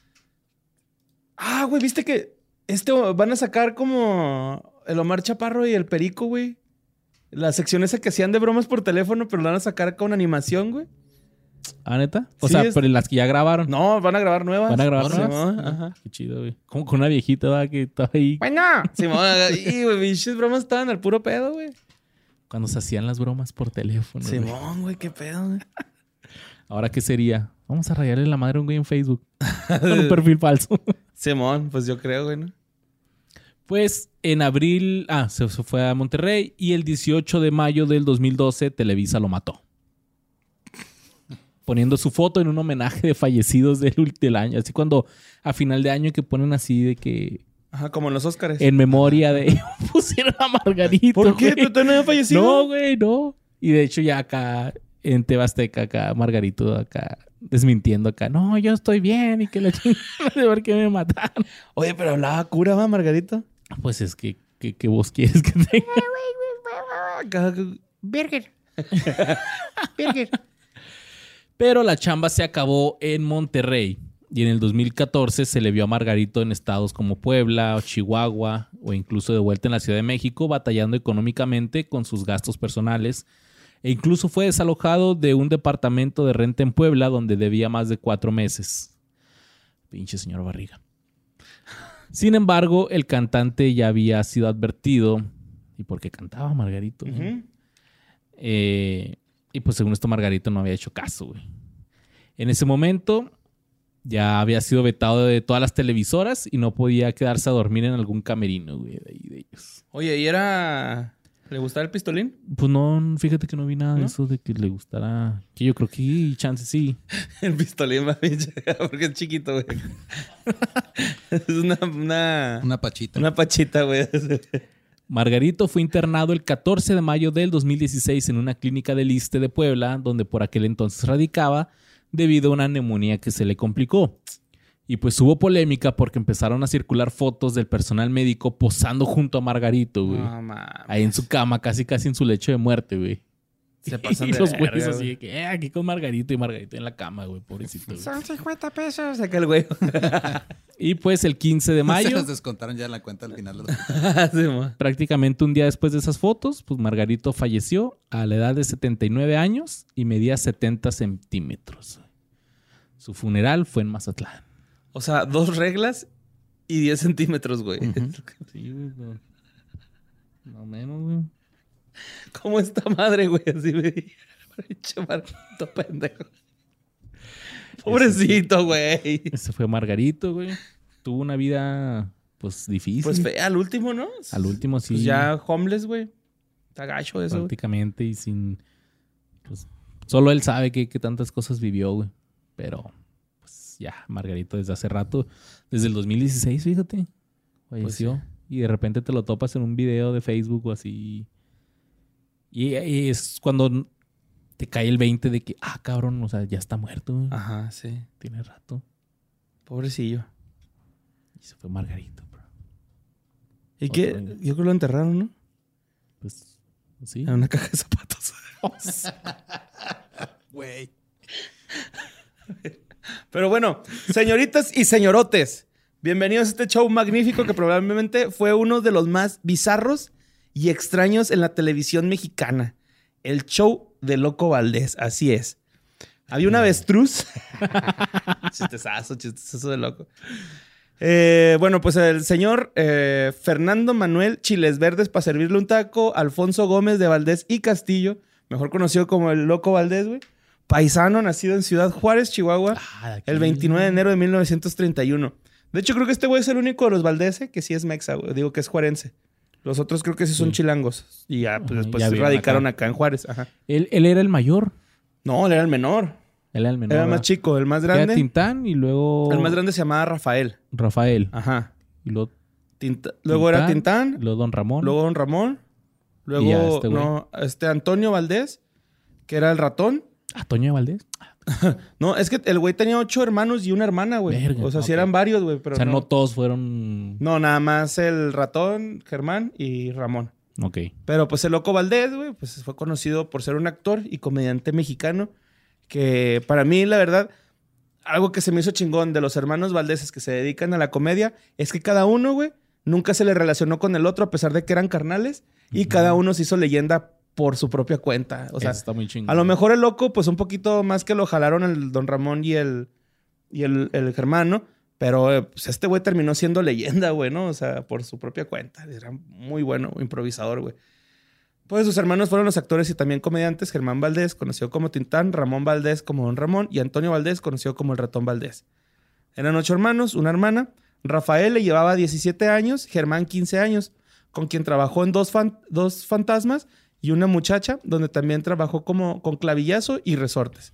Ah, güey, ¿viste que van a sacar como el Omar Chaparro y el Perico, güey? La sección esa que hacían de bromas por teléfono, pero la van a sacar con animación, güey. ¿Ah, neta? O Sí, sea, pero las que ya grabaron. No, van a grabar nuevas. ¿Van a grabar Simón, nuevas? Ajá. Qué chido, güey. Como con una viejita, ¿verdad? Que estaba ahí. Bueno. Simón, y güey, pinches bromas estaban al puro pedo, güey. Cuando se hacían las bromas por teléfono. güey. Simón, güey, qué pedo, güey. ¿Ahora qué sería? Vamos a rayarle la madre a un güey en Facebook. Con un perfil falso. Simón, pues yo creo, güey, ¿no? Pues en abril... se fue a Monterrey. Y el 18 de mayo del 2012, Televisa lo mató. Poniendo su foto en un homenaje de fallecidos del año. Así cuando a final de año que ponen así de que... Ajá, como en los Óscares. En memoria de... pusieron a Margarito. ¿Por qué? güey. ¿Pero todavía no había fallecido? No, güey, no. Y de hecho ya acá en TV Azteca, acá Margarito acá desmintiendo acá. No, yo estoy bien y que la chingada de por qué me mataron. Oye, pero hablaba cura, ¿va, Margarito? Pues es que vos quieres que tenga. Burger. Pero la chamba se acabó en Monterrey. Y en el 2014 se le vio a Margarito en estados como Puebla o Chihuahua o incluso de vuelta en la Ciudad de México batallando económicamente con sus gastos personales. E incluso fue desalojado de un departamento de renta en Puebla donde debía más de 4 meses. Pinche señor Barriga. Sin embargo, el cantante ya había sido advertido. ¿Y por qué cantaba Margarito? Ujú. Y pues según esto Margarito no había hecho caso, güey. En ese momento ya había sido vetado de todas las televisoras y no podía quedarse a dormir en algún camerino, güey, de ahí de ellos. Oye, ¿y era... ¿Le gustaba el pistolín? Pues no, fíjate que no vi nada de ¿No? eso de que le gustara. Que yo creo que chance sí. El pistolín, mami, porque es chiquito, güey. Es Una pachita. una pachita, güey. Margarito fue internado el 14 de mayo del 2016 en una clínica del Iste de Puebla, donde por aquel entonces radicaba, debido a una neumonía que se le complicó. Y pues hubo polémica porque empezaron a circular fotos del personal médico posando junto a Margarito, güey. No, mames. Ahí en su cama, casi en su lecho de muerte, güey. Se pasan Y de los verga, güeyes así güey. de que, aquí con Margarito y Margarito en la cama, güey, pobrecito. Güey. Son 50 pesos. Saca el güey. Y pues el 15 de Se mayo, los descontaron ya en la cuenta al final de los... Sí, mo. prácticamente un día después de esas fotos, pues Margarito falleció a la edad de 79 años y medía 70 centímetros. Su funeral fue en Mazatlán. O sea, 2 reglas y 10 centímetros, güey. Sí, güey. No menos, güey. ¿Cómo esta madre, güey? Así me dije. Pinche Margarito pendejo. Pobrecito, güey. Ese fue Margarito, güey. Tuvo una vida, pues, difícil. Pues fea, al último, ¿no? Al último, sí. Pues ya homeless, güey. Está gacho eso, güey. prácticamente y sin... Pues, solo él sabe que tantas cosas vivió, güey. Pero, pues, ya, Margarito desde hace rato, desde el 2016, fíjate, falleció. Pues Y de repente te lo topas en un video de Facebook o así. Y es cuando te cae el 20 de que, cabrón, o sea, ya está muerto, güey. Ajá, sí. Tiene rato. Pobrecillo. Y se fue Margarito, bro. ¿Y qué? Otro, Yo creo que lo enterraron, ¿no? Pues, sí. En una caja de zapatos. Güey. Pero bueno, señoritas y señorotes, bienvenidos a este show magnífico que probablemente fue uno de los más bizarros y extraños en la televisión mexicana. El show de Loco Valdés, así es. Había un avestruz. Chistezazo de loco. Bueno, pues el señor Fernando Manuel Chiles Verdes, para servirle un taco, Alfonso Gómez de Valdés y Castillo, mejor conocido como el Loco Valdés, güey. Paisano, nacido en Ciudad Juárez, Chihuahua, el 29 de enero de 1931. De hecho, creo que este güey es el único de los Valdés que sí es mexa, güey. Digo que es juarense. Los otros creo que sí son chilangos. Y ya, pues después ya se vieron radicaron acá en Juárez. Ajá. Él era el mayor. No, él era el menor. Él era el menor. Era el más ¿verdad? chico, el más Era grande. Tintán y luego... El más grande se llamaba Rafael. Rafael. Ajá. Y luego Luego era Tintán. Luego Don Ramón. Luego Don Ramón. Y ya Luego este güey. Antonio Valdés, que era el ratón. Toño Valdés. No, es que el güey tenía 8 hermanos y una hermana, güey. Verga, O sea, sí ok. eran varios, güey. Pero O sea, no todos fueron... No, nada más el ratón, Germán y Ramón. Ok. Pero pues el Loco Valdés, güey, pues fue conocido por ser un actor y comediante mexicano que para mí, la verdad, algo que se me hizo chingón de los hermanos Valdéses que se dedican a la comedia es que cada uno, güey, nunca se le relacionó con el otro a pesar de que eran carnales y cada uno se hizo leyenda por su propia cuenta. O sea, Eso está muy chingón. a lo mejor el Loco, pues un poquito más que lo jalaron el Don Ramón y el Germán, ¿no? Pero pues este güey terminó siendo leyenda, güey, ¿no? O sea, por su propia cuenta. Era muy bueno, improvisador, güey. Pues sus hermanos fueron los actores y también comediantes Germán Valdés, conocido como Tintán, Ramón Valdés como Don Ramón y Antonio Valdés, conocido como el Ratón Valdés. Eran 8 hermanos, una hermana. Rafael le llevaba 17 años, Germán 15 años, con quien trabajó en dos fantasmas y una muchacha, donde también trabajó como con clavillazo y resortes.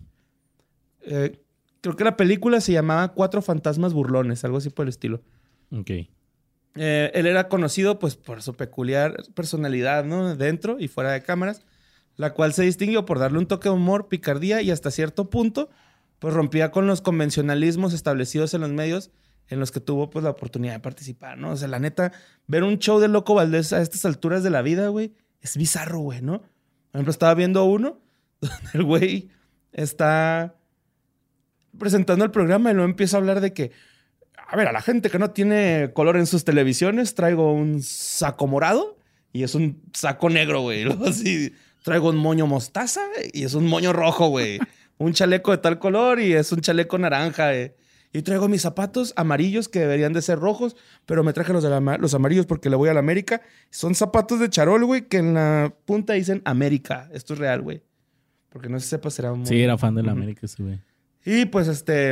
Creo que la película se llamaba 4 fantasmas burlones, algo así por el estilo. Ok. Él era conocido pues por su peculiar personalidad, ¿no? Dentro y fuera de cámaras, la cual se distinguió por darle un toque de humor, picardía y hasta cierto punto pues rompía con los convencionalismos establecidos en los medios en los que tuvo pues la oportunidad de participar, ¿no? O sea, la neta, ver un show de Loco Valdés a estas alturas de la vida, güey, es bizarro, güey, ¿no? Por ejemplo, estaba viendo uno donde el güey está presentando el programa y luego empieza a hablar de que, a ver, a la gente que no tiene color en sus televisiones, traigo un saco morado y es un saco negro, güey. Y luego así, traigo un moño mostaza y es un moño rojo, güey. Un chaleco de tal color y es un chaleco naranja, Y traigo mis zapatos amarillos que deberían de ser rojos, pero me traje los amarillos porque le voy a la América. Son zapatos de charol, güey, que en la punta dicen América. Esto es real, güey. Porque no se sepa, será muy... Sí, era fan de la América ese güey. Y pues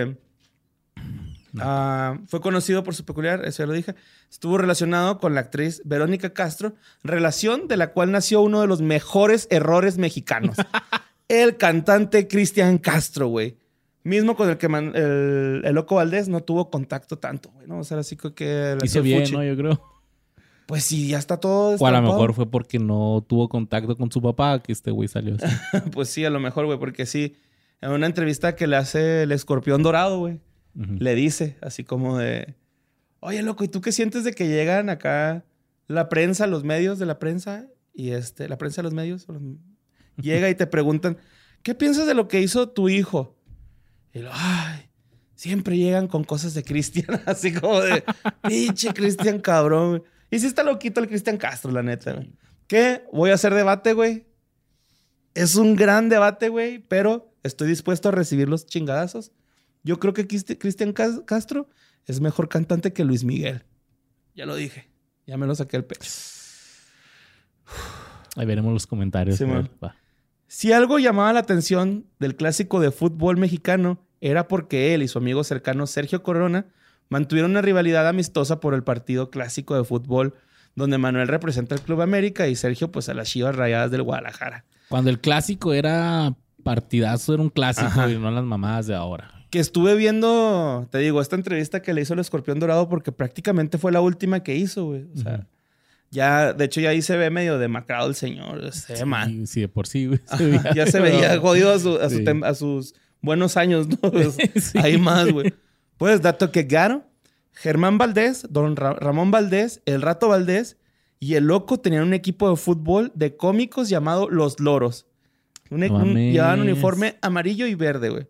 fue conocido por su peculiar, eso ya lo dije, estuvo relacionado con la actriz Verónica Castro, relación de la cual nació uno de los mejores errores mexicanos. El cantante Cristian Castro, güey. Mismo con el que el Loco Valdés no tuvo contacto tanto, güey, ¿no? O sea, así que... Hizo bien, ¿no? Yo creo. Pues sí, ya está todo O a lo destapado. mejor fue porque no tuvo contacto con su papá que este güey salió así. Pues sí, a lo mejor, güey, porque sí. En una entrevista que le hace el Escorpión Dorado, güey, le dice así como de... Oye, loco, ¿y tú qué sientes de que llegan acá la prensa, los medios de la prensa? Y la prensa de los medios llega y te preguntan, ¿qué piensas de lo que hizo tu hijo? Y lo, ay, siempre llegan con cosas de Cristian, así como de, pinche Cristian cabrón, güey. Y sí está loquito el Cristian Castro, la neta, güey. ¿Qué? Voy a hacer debate, güey. Es un gran debate, güey, pero estoy dispuesto a recibir los chingadazos. Yo creo que Cristian Castro es mejor cantante que Luis Miguel. Ya lo dije. Ya me lo saqué el pecho. Ahí veremos los comentarios. Sí, man. Va. Si algo llamaba la atención del clásico de fútbol mexicano, era porque él y su amigo cercano Sergio Corona mantuvieron una rivalidad amistosa por el partido clásico de fútbol, donde Manuel representa al Club América y Sergio pues a las Chivas Rayadas del Guadalajara. Cuando el clásico era partidazo, era un clásico. Ajá. Y no las mamadas de ahora. Que estuve viendo, te digo, esta entrevista que le hizo el Escorpión Dorado porque prácticamente fue la última que hizo, güey. O sea, ya, de hecho ya ahí se ve medio demacrado el señor. Se ve mal. Sí, de por sí, güey. Ya se veía jodido a sus buenos años, ¿no? Pues, Sí. Ahí más, güey. Pues, dato que gano. Germán Valdés, don Ramón Valdés, el Rato Valdés y el Loco tenían un equipo de fútbol de cómicos llamado Los Loros. Llevaban uniforme amarillo y verde, güey.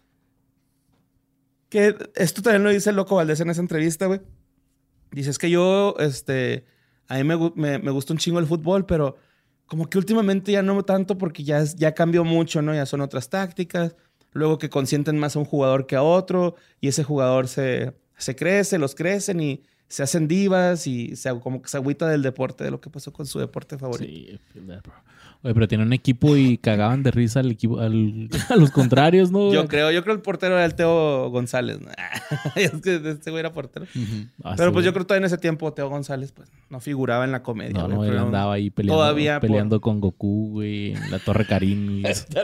Que esto también lo dice el Loco Valdés en esa entrevista, güey. Dice, es que yo, a mí me gusta un chingo el fútbol, pero como que últimamente ya no tanto porque ya cambió mucho, ¿no? Ya son otras tácticas. Luego que consienten más a un jugador que a otro y ese jugador se crece, los crecen y se hacen divas y como que se agüita del deporte, de lo que pasó con su deporte favorito. Sí, oye, pero tiene un equipo y cagaban de risa al equipo, a los contrarios, ¿no? Yo creo el portero era el Teo González, ¿no? Es que este güey era portero. Pero pues yo creo que todavía en ese tiempo Teo González pues no figuraba en la comedia. No, güey, él pero andaba ahí peleando con Goku, güey, en la Torre Karin.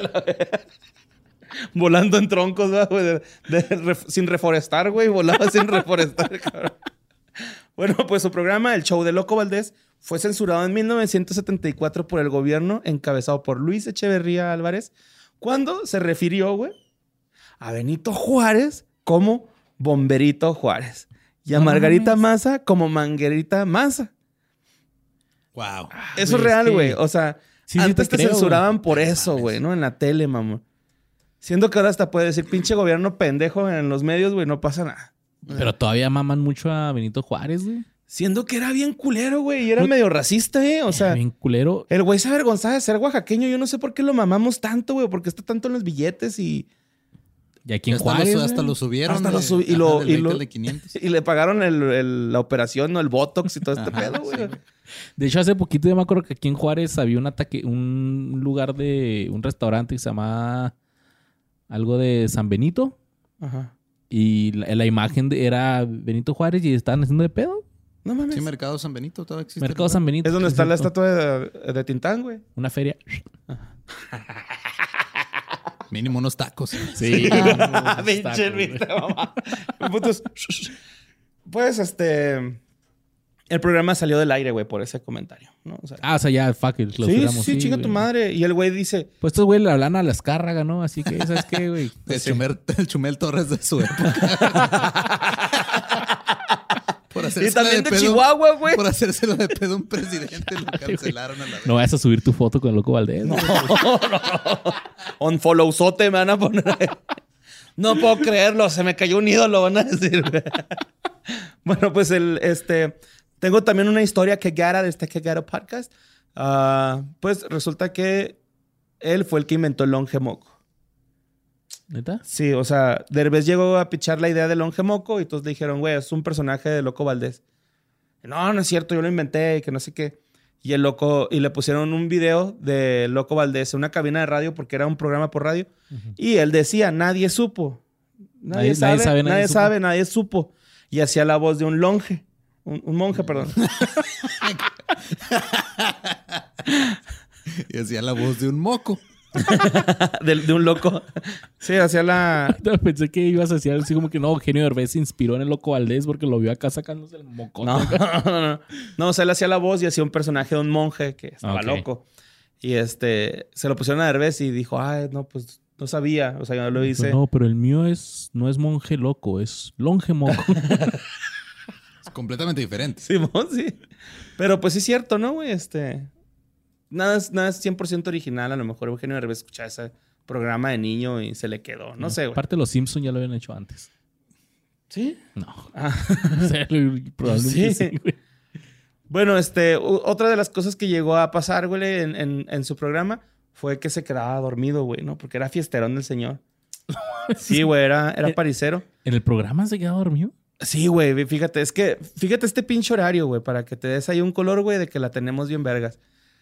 Volando en troncos, güey, sin reforestar, güey. Volaba sin reforestar, cabrón. Bueno, pues su programa, el show de Loco Valdés, fue censurado en 1974 por el gobierno encabezado por Luis Echeverría Álvarez, cuando se refirió, güey, a Benito Juárez como Bomberito Juárez. Y a Margarita Maza como Manguerita Maza. Wow. Eso es real, güey. O sea, antes te censuraban por eso, güey, ¿no? En la tele, mamá. Siendo que ahora hasta puede decir, pinche gobierno pendejo en los medios, güey, no pasa nada. Pero todavía maman mucho a Benito Juárez, güey. Siendo que era bien culero, güey. Y era medio racista, ¿eh? O sea, bien culero. El güey se avergonzaba de ser oaxaqueño. Yo no sé por qué lo mamamos tanto, güey. Porque está tanto en los billetes y... Y aquí en Juárez, hasta lo subieron. Hasta de 500. Y le pagaron la operación, ¿no? El Botox y todo este pedo, güey. Sí. De hecho, hace poquito yo me acuerdo que aquí en Juárez había un lugar de... Un restaurante que se llamaba... Algo de San Benito. Ajá. Y la imagen era Benito Juárez y estaban haciendo de pedo. No mames. Sí, Mercado San Benito todavía existe. Mercado San Benito. Es donde está la estatua de Tintán, güey. Una feria. Mínimo unos tacos. Sí. Pinche mamá. Pues, el programa salió del aire, güey, por ese comentario, ¿no? O sea, ya, fuck it, sí, chinga tu madre. Y el güey dice... Pues estos güey le hablan a la Azcárraga, ¿no? Así que, ¿sabes qué, güey? El Chumel Torres de su época. Y también de Chihuahua, güey. Por hacérselo de pedo a un presidente, lo cancelaron a la vez. No vayas a subir tu foto con el Loco Valdés. No. On followzote me van a poner. No puedo creerlo, se me cayó un ídolo, van a decir, güey. Bueno, pues tengo también una historia que Gara de este Que Gara podcast. Pues resulta que él fue el que inventó el longe moco. ¿Neta? Sí, o sea, Derbez llegó a pichar la idea del longe moco y todos le dijeron, güey, es un personaje de Loco Valdés. No es cierto, yo lo inventé y que no sé qué. Y el loco, y le pusieron un video de Loco Valdés en una cabina de radio porque era un programa por radio. Uh-huh. Y él decía, nadie supo. Nadie sabe, nadie supo. Y hacía la voz de un longe. Un monje, perdón. Y hacía la voz de un moco. de un loco. Sí, hacía la... Pensé que ibas a decir así como que no, Eugenio Derbez se inspiró en el Loco Valdés porque lo vio acá sacándose el moco. No, o sea, él hacía la voz y hacía un personaje de un monje que estaba loco. Y se lo pusieron a Derbez y dijo, ay, no, pues no sabía. O sea, yo lo hice. No, pero el mío no es monje loco, es longe moco. Es completamente diferente. Sí, sí. Pero pues sí es cierto, ¿no, güey? Nada es 100% original. A lo mejor Eugenio Derbez escuchaba ese programa de niño y se le quedó. No sé, güey. Aparte, los Simpsons ya lo habían hecho antes. ¿Sí? No. Probablemente sí, güey. Bueno, otra de las cosas que llegó a pasar, güey, en su programa fue que se quedaba dormido, güey, ¿no? Porque era fiesterón del señor. Sí, güey, era paricero. ¿En el programa se quedaba dormido? Sí, güey, fíjate. Fíjate este pinche horario, güey, para que te des ahí un color, güey, de que la tenemos bien vergas.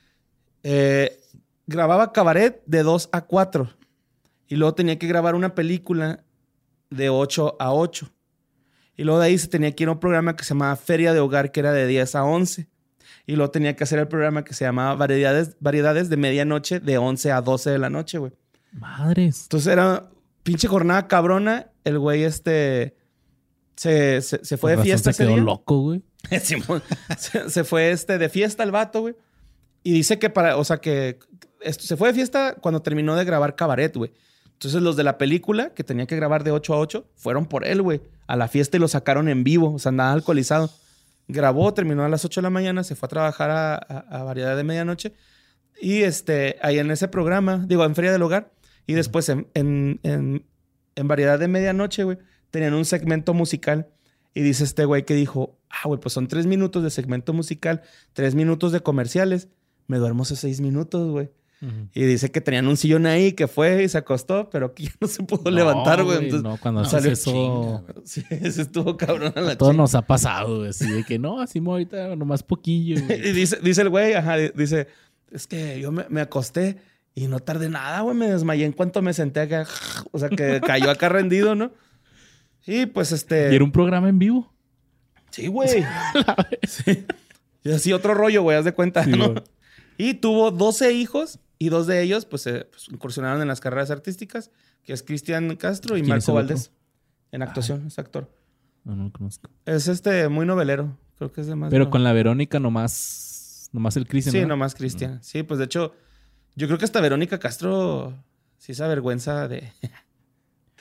Grababa cabaret de 2 a 4 y luego tenía que grabar una película de 8 a 8 y luego de ahí se tenía que ir a un programa que se llamaba Feria de Hogar, que era de 10 a 11 y luego tenía que hacer el programa que se llamaba Variedades de medianoche de 11 a 12 de la noche, güey. Madres. Entonces era pinche jornada cabrona. El güey se fue de fiesta. Se quedó loco, güey. Se fue de fiesta el vato, güey. Y dice que se fue de fiesta cuando terminó de grabar Cabaret, güey. Entonces los de la película, que tenía que grabar de 8 a 8, fueron por él, güey, a la fiesta y lo sacaron en vivo. O sea, andaba alcoholizado. Grabó, terminó a las 8 de la mañana, se fue a trabajar a Variedad de Medianoche. Y ahí en ese programa, en Feria del Hogar. Y después en Variedad de Medianoche, güey, tenían un segmento musical. Y dice este güey que dijo, güey, pues son 3 minutos de segmento musical, 3 minutos de comerciales. Me duermo esos 6 minutos, güey. Uh-huh. Y dice que tenían un sillón ahí que fue y se acostó, pero que ya no se pudo levantar, güey. Entonces, no, cuando salió eso... Sí, eso estuvo cabrón a la todo nos ha pasado, güey. Así de que no, así ahorita nomás poquillo, güey. Y dice el güey, dice, es que yo me acosté y no tardé nada, güey. Me desmayé en cuanto me senté acá. O sea, que cayó acá rendido, ¿no? Y pues ¿Y era un programa en vivo? Sí, güey. Sí. Y así otro rollo, güey, haz de cuenta, sí, ¿no? Güey. Y tuvo 12 hijos y 2 de ellos, pues incursionaron en las carreras artísticas, que es Cristian Castro y Marco Valdés. En actuación, es actor. No lo conozco. Es muy novelero. Creo que es de más. Pero con la Verónica nomás el Cristian. Sí, ¿no? Nomás Cristian. Sí, pues de hecho, yo creo que hasta Verónica Castro sí se avergüenza de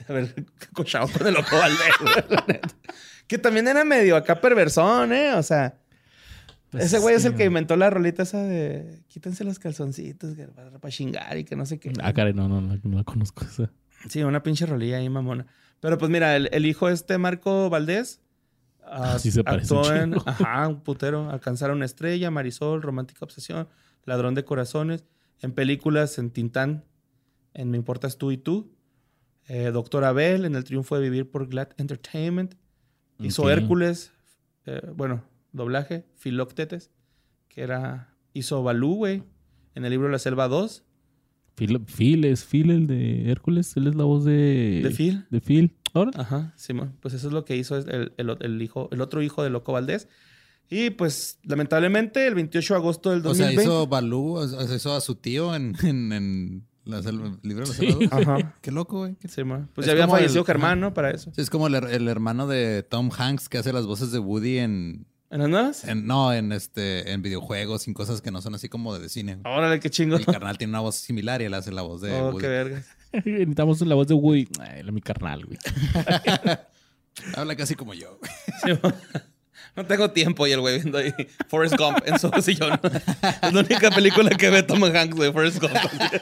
haber cochado con el Loco Valdés, güey, la neta. Que también era medio acá perversón, ¿eh? O sea, Pues ese güey es sí, el que inventó la rolita esa de quítense los calzoncitos para chingar y que no sé qué. Caray, no la conozco esa. Sí, una pinche rolilla ahí, mamona. Pero pues mira, el hijo Marco Valdés Sí se parece actuó un en... chingo. Ajá, un putero. Alcanzar a una estrella, Marisol, Romántica Obsesión, Ladrón de Corazones. En películas, en Tintán, en Me Importas Tú y Tú. Doctor Abel, en El Triunfo de Vivir por Glad Entertainment. Hizo Ok. Hércules, doblaje, Filoctetes, que era... Hizo Balú, güey, en el libro La Selva 2. Phil es Phil, el de Hércules. Él es la voz de... ¿De Phil? De Phil. Ahora. Ajá, Simón. Pues eso es lo que hizo el otro hijo de Loco Valdés. Y pues, lamentablemente, el 28 de agosto del O sea, 2020... hizo Balú, o sea, hizo a su tío en el libro de la Sí. selva 2. Ajá. Qué loco, güey. Simón. Pues Es ya había como fallecido el- Germán, ¿no? Para eso. Sí, es como el hermano de Tom Hanks que hace las voces de Woody en ¿En las nuevas? en videojuegos, en cosas que no son así como de cine. Órale, qué chingo. El carnal tiene una voz similar y él hace la voz de Oh, Woody. qué vergas. Necesitamos la voz de Woody. Ay, mi carnal, güey. Habla casi como yo. Simón. No tengo tiempo y el güey viendo ahí Forrest Gump en su sillón. Es la única película que ve Tom Hanks de Forrest Gump.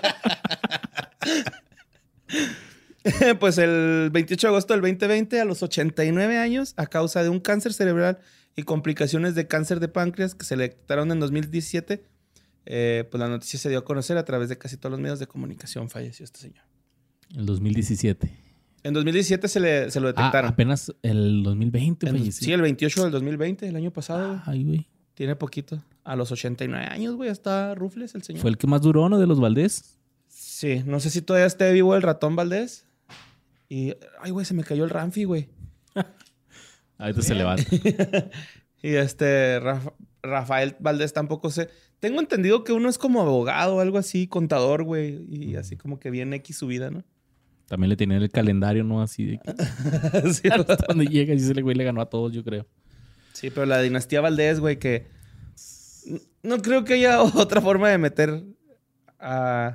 Pues el 28 de agosto del 2020, a los 89 años, a causa de un cáncer cerebral y complicaciones de cáncer de páncreas que se le detectaron en 2017, pues la noticia se dio a conocer a través de casi todos los medios de comunicación. Falleció este señor. El 2017. En 2017 se lo detectaron. Apenas el 2020 falleció. Sí, el 28 del 2020, el año pasado, güey. Ay, güey. Tiene poquito. A los 89 años, güey, está Rufles el señor. Fue el que más duró, ¿no? De los Valdés. Sí, no sé si todavía esté vivo el ratón Valdés. Y, ay, güey, se me cayó el Ramfi, güey. Ahorita se levanta. Y Rafael Valdés tampoco sé. Tengo entendido que uno es como abogado o algo así, contador, güey. Y así como que bien X su vida, ¿no? También le tenían el calendario, ¿no? Así de que Sí, hasta donde llega y ese güey le ganó a todos, yo creo. sí, pero la dinastía Valdés, güey, que... No creo que haya otra forma de meter a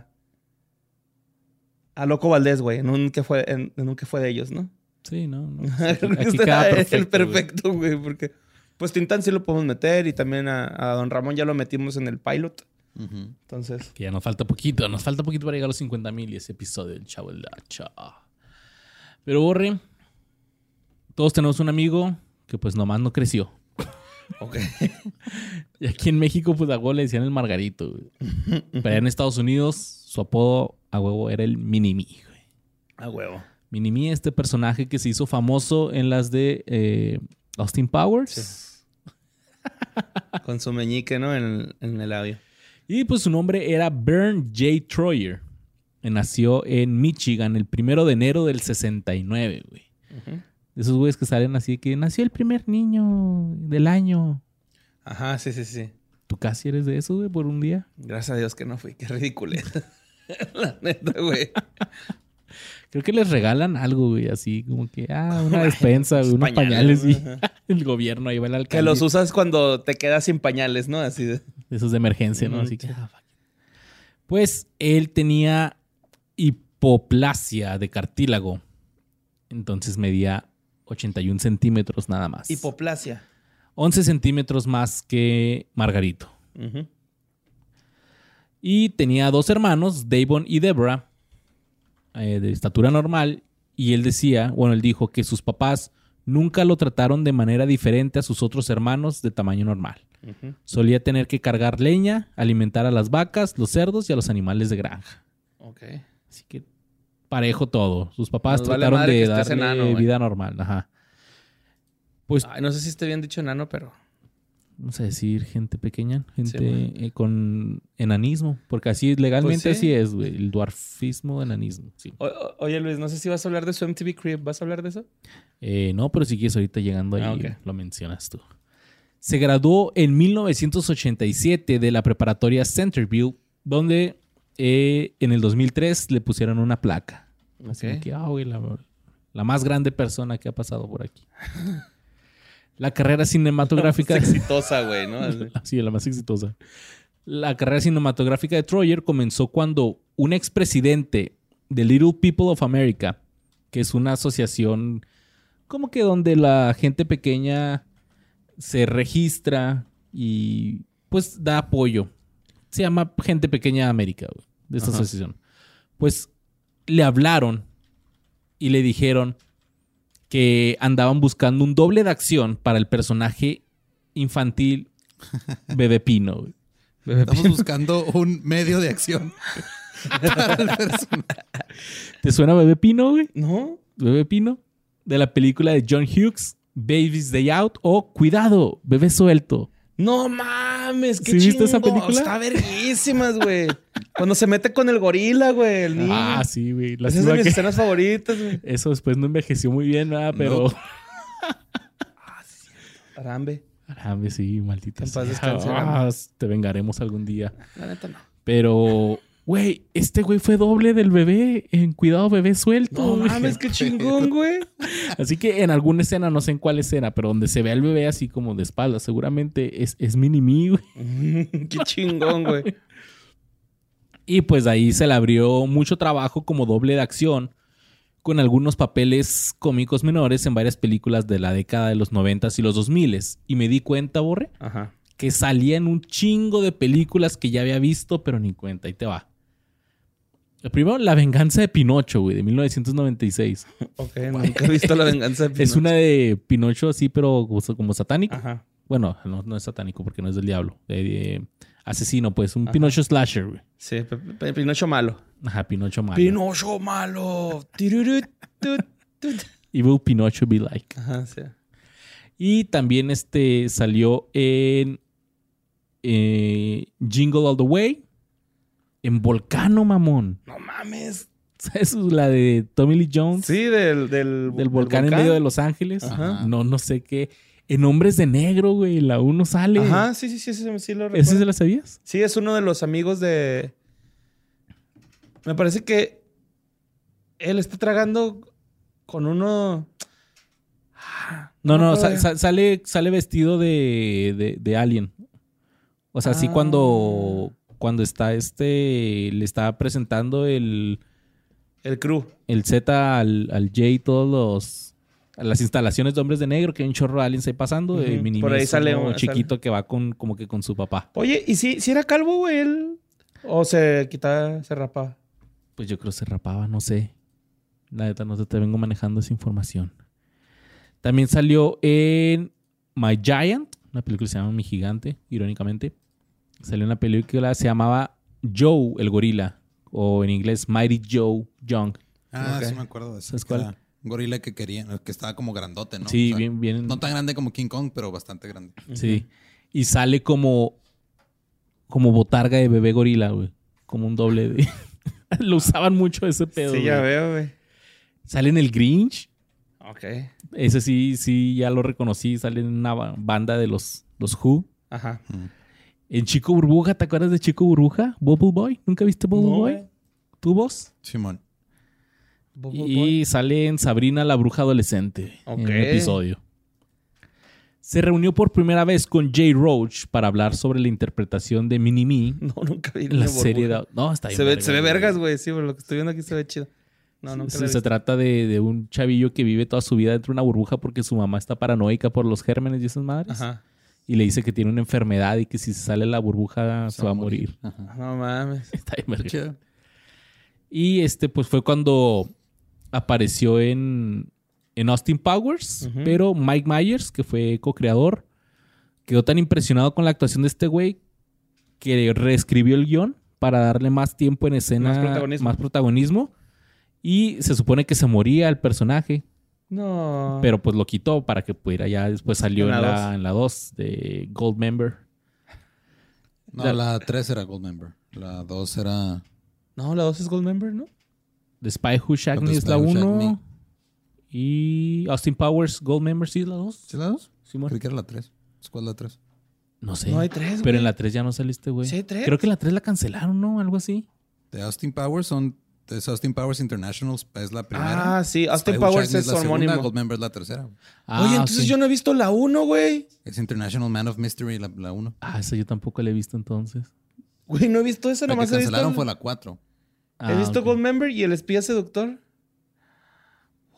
Loco Valdés, güey, en un que fue de ellos, ¿no? Sí, no. Creo que Aquí este queda era perfecto. el perfecto, güey, porque pues Tintán sí lo podemos meter y también a Don Ramón ya lo metimos en el pilot. Ujú. Entonces, Que ya nos falta poquito para llegar a los 50,000 y ese episodio del Chavo del Hacha. Pero Borre, todos tenemos un amigo que pues nomás no creció. ok. Y aquí en México, pues a huevo le decían el Margarito, güey. Pero allá en Estados Unidos, su apodo a huevo era el Mini-Me, güey. A huevo. Mini-Me, este personaje que se hizo famoso en las de Austin Powers. Con su meñique, ¿no? En el labio. Y pues su nombre era Vern J. Troyer. Nació en Michigan el 1 de enero del 69, güey. Ujú. De esos güeyes que salen así que nació el primer niño del año. Ajá, sí. ¿Tú casi eres de eso, güey, por un día? Gracias a Dios que no fui. Qué ridículo. La neta, güey. Creo que les regalan algo, güey, así como que, una despensa, güey, unos pañales. Y Ajá. el gobierno ahí va el Que alcalde. los usas cuando te quedas sin pañales, ¿no? Así de... Esos de emergencia, ¿no? Así Sí. que, fuck. Pues él tenía hipoplasia de cartílago. Entonces medía 81 centímetros nada más. Hipoplasia. 11 centímetros más que Margarito. Ujú. Y tenía 2 hermanos, Davon y Deborah, de estatura normal. Y él dijo que sus papás nunca lo trataron de manera diferente a sus otros hermanos de tamaño normal. Ujú. Solía tener que cargar leña, alimentar a las vacas, los cerdos y a los animales de granja. Ok. Así que parejo todo. Sus papás Nos vale trataron madre de que estés darle enano, güey. vida normal. Ajá. Pues, Ay, no sé si esté bien dicho enano, pero... vamos a decir gente pequeña, gente Sí, con enanismo. Porque así, legalmente Pues sí. así es, güey. El dwarfismo, enanismo. Sí. Oye, Luis, no sé si vas a hablar de su MTV Crib. ¿Vas a hablar de eso? No, pero si quieres ahorita llegando ahí, Ok. lo mencionas tú. Se graduó en 1987 de la preparatoria Centerville, donde en el 2003 le pusieron una placa. Así Ok. que, güey, la más grande persona que ha pasado por aquí. La carrera cinematográfica... Exitosa, güey, ¿no? Así. Sí, la más exitosa. La carrera cinematográfica de Troyer comenzó cuando un expresidente de Little People of America, que es una asociación como que donde la gente pequeña se registra y pues da apoyo. Se llama Gente Pequeña de América, güey, de esta asociación. Pues le hablaron y le dijeron que andaban buscando un doble de acción para el personaje infantil Bebé Pino, güey. Estamos buscando un medio de acción para el personaje. ¿Te suena Bebé Pino, güey? ¿No? Bebé Pino, de la película de John Hughes, Baby's Day Out o Cuidado, Bebé Suelto. No mames, qué ¿Sí chingo. viste esa película? Está verguísimas, güey. Cuando se mete con el gorila, güey, el niño. Ah, sí, güey. Esa es de mis escenas favoritas, güey. Eso después no envejeció muy bien, ¿verdad? Pero... Arambe. Arambe, sí, maldita En paz sea. descanse, Arambe. Te vengaremos algún día. La neta no. Pero, güey, este güey fue doble del bebé en Cuidado, Bebé Suelto. No güey. mames, qué chingón, güey. Así que en alguna escena, no sé en cuál escena, pero donde se ve al bebé así como de espaldas, seguramente es Mini-Me, güey. Qué chingón, güey. Y pues ahí se le abrió mucho trabajo como doble de acción con algunos papeles cómicos menores en varias películas de la década de los 90s y los 2000s. Y me di cuenta, Borre, Ajá. que salía en un chingo de películas que ya había visto, pero ni cuenta. Ahí te va. El primero, La Venganza de Pinocho, güey, de 1996. Ok, nunca he visto La Venganza de Pinocho. Es una de Pinocho así, pero como satánico. Ajá. Bueno, no es satánico porque no es del diablo. Asesino, pues. Un Pinocho slasher, güey. Sí, Pinocho malo. Ajá, Pinocho malo. Pinocho malo. Tirurut, tut, tut. Evil Pinocho be like. Ajá, sí. Y también salió en Jingle All the Way. En Volcano, mamón. No mames. ¿Sabes? La de Tommy Lee Jones. Sí, del volcán en medio de Los Ángeles. Ajá. No sé qué. En Hombres de Negro, güey. La 1 sale. Ajá, sí, lo recuerdo. ¿Ese se la sabías? Sí, es uno de los amigos de... Me parece que él está tragando con uno... No, sale vestido de alien. O sea, sí cuando está le está presentando el crew. El Z al J y todos las instalaciones de Hombres de Negro, que hay un chorro de aliens ahí pasando. Uh-huh. Por ahí sale un chiquito que va como que con su papá. Oye, ¿y si era calvo, güey, él? ¿O se quitaba, se rapaba? Pues yo creo que se rapaba, no sé. La neta, no te vengo manejando esa información. También salió en My Giant, una película que se llama Mi Gigante, irónicamente. Salió una película que se llamaba Joe, el gorila. O en inglés, Mighty Joe Young. Ah, sí me acuerdo de eso. ¿Sabes cuál? Un gorila que estaba como grandote, ¿no? Sí, o sea, bien. No tan grande como King Kong, pero bastante grande. Sí. Y sale como botarga de bebé gorila, güey. Como un doble de... Lo usaban mucho ese pedo, Sí, ya veo, güey. Sale en el Grinch. Ok. Ese sí, ya lo reconocí. Sale en una banda de los Who. Ajá. En Chico Burbuja, ¿te acuerdas de Chico Burbuja? Bubble Boy. ¿Nunca viste Bubble Boy? Güey. ¿Tu voz? Simón. Y sale en Sabrina la Bruja Adolescente. Ok. En un episodio. Se reunió por primera vez con Jay Roach para hablar sobre la interpretación de Mini-Me. No, nunca vi En la serie de... No, está bien. Se ve vergas, güey. Sí, pero lo que estoy viendo aquí se ve chido. No, nunca Se trata de un chavillo que vive toda su vida dentro de una burbuja porque su mamá está paranoica por los gérmenes y esas madres. Ajá. Y le dice que tiene una enfermedad y que si se sale la burbuja se va a morir. No mames. Está bien verga. Y pues fue cuando apareció en Austin Powers, pero Mike Myers, que fue co-creador, quedó tan impresionado con la actuación de este güey que reescribió el guión para darle más tiempo en escena, más protagonismo. Y se supone que se moría el personaje. No. Pero pues lo quitó para que pudiera ya después salió en la 2 de Goldmember. No, la 3 era Goldmember. La 2 era... No, la 2 es Goldmember, ¿no? The Spy Who Shagged Me es la 1. Y Austin Powers Goldmember sí es la 2. ¿Sí es la 2? Sí, bueno. Creí que era la 3. ¿Cuál es la 3? No sé. No hay 3, güey. Pero en la 3 ya no saliste, güey. ¿Sí hay 3? Creo que la 3 la cancelaron, ¿no? Algo así. De Austin Powers es Austin Powers International, es la primera. Ah, sí. Austin Spy Who Powers Shagged Me es la segunda, homónimo. Goldmember es la tercera. Oye, entonces yo no he visto la 1, güey. Es International Man of Mystery, la 1. Ah, esa yo tampoco la he visto entonces. Güey, no he visto esa, La nomás que he visto... cancelaron fue la 4. He visto Goldmember y El Espía Seductor.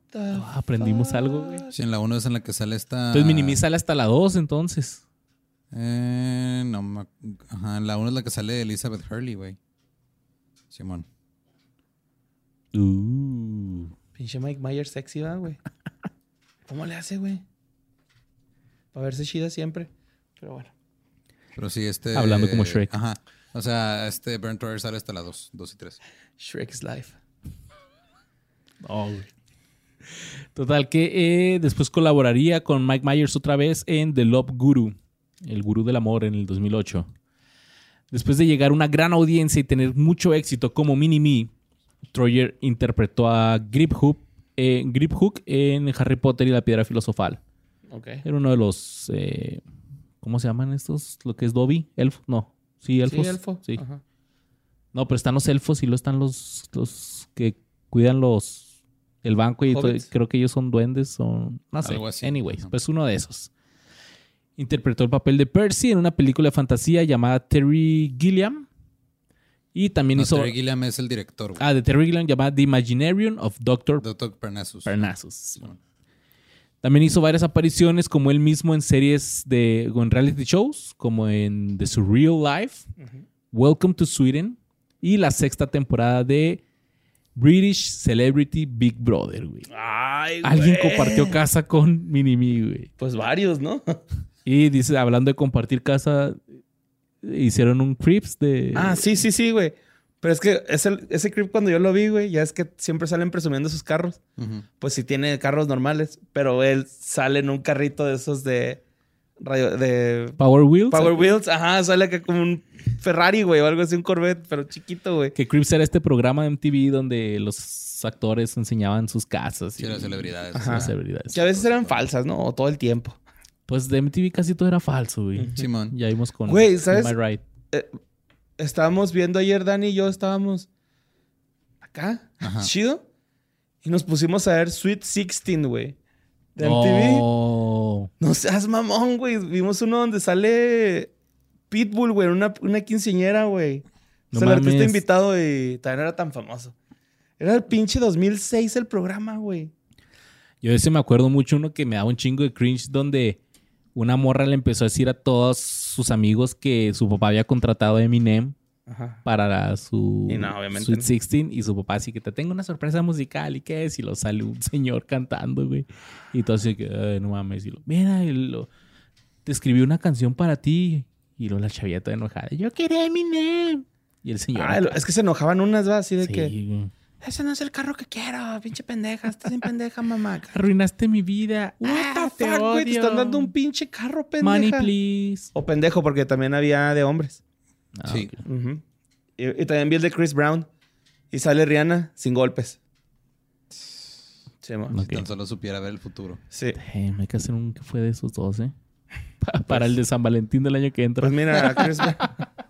Aprendimos algo, güey. Sí, en la 1 es en la que sale esta... Entonces Minimi sale hasta la 2, entonces. No, ajá, en la 1 es la que sale Elizabeth Hurley, güey. Simón. Pinche Mike Myers sexy, va, güey. ¿Cómo le hace, güey? Para verse chida siempre. Pero bueno. Pero sí, hablando como Shrek. Ajá. O sea, Brent Troyer sale hasta la 2 y 3. Shrek's Life. Oh, güey. Total, que después colaboraría con Mike Myers otra vez en The Love Guru, el gurú del amor, en el 2008. Después de llegar a una gran audiencia y tener mucho éxito como Mini-Me, Troyer interpretó a Griphook en Harry Potter y la Piedra Filosofal. Okay. Era uno de los... ¿cómo se llaman estos? ¿Lo que es Dobby? ¿Elfo? No. Sí, elfos. Sí, elfo. Sí. Ajá. No, pero están los elfos y luego están los que cuidan el banco y creo que ellos son duendes o no sé. Algo así. Anyways, Ajá. pues uno de esos. Interpretó el papel de Percy en una película de fantasía llamada Terry Gilliam. Y también hizo... Terry Gilliam es el director, güey. de Terry Gilliam, llamada The Imaginarium of Dr. Parnassus. Parnassus. También hizo varias apariciones como él mismo en series o en reality shows, como en The Surreal Life, Welcome to Sweden y la 6ª temporada de British Celebrity Big Brother, güey. Ay, güey. Alguien compartió casa con Mini-Me, güey. Pues varios, ¿no? Y dice, hablando de compartir casa, hicieron un Crips de... Sí, güey. Pero es que ese Crip cuando yo lo vi, güey, ya es que siempre salen presumiendo sus carros. Uh-huh. Pues sí tiene carros normales, pero él sale en un carrito de esos de Power Wheels. Power Wheels. Ajá, sale acá como un Ferrari, güey, o algo así, un Corvette, pero chiquito, güey. Que Crips era este programa de MTV donde los actores enseñaban sus casas. Sí, las celebridades. Ajá. Las celebridades. Que a veces eran falsas, ¿no? O todo el tiempo. Pues de MTV casi todo era falso, güey. Simón. Ya vimos con... Güey, ¿sabes? Am I Right? Estábamos viendo ayer, Dani y yo estábamos acá, Ajá. chido, y nos pusimos a ver Sweet 16, güey, de MTV. Oh. No seas mamón, güey. Vimos uno donde sale Pitbull, güey, una quinceañera, güey. No O sea, el artista mames. invitado y también era tan famoso. Era el pinche 2006 el programa, güey. Yo de ese me acuerdo mucho uno que me daba un chingo de cringe donde una morra le empezó a decir a todos sus amigos que su papá había contratado a Eminem Ajá. para su Y no, obviamente Sweet no. 16 y su papá así que te tengo una sorpresa musical y qué es y lo sale un señor cantando, güey. Y todo así que "Ay, no mames", y mira, te escribí una canción para ti y luego la chavilla toda enojada, yo quería Eminem. Y el señor Es que se enojaban unas, va, así de sí, que güey. ese no es el carro que quiero, pinche pendeja, estás bien pendeja, mamá. Arruinaste mi vida. What the Te fuck, güey, te odio. están dando un pinche carro, pendeja. Money, please. O pendejo, porque también había de hombres. Sí. Ok. Ujú. Y también vi el de Chris Brown. Y sale Rihanna sin golpes. Sí, mo. Ok. Si tan solo supiera ver el futuro. Sí. Damn, hay que hacer un que fue de esos dos, ¿eh? Para el de San Valentín del año que entra. Pues mira, Chris Brown.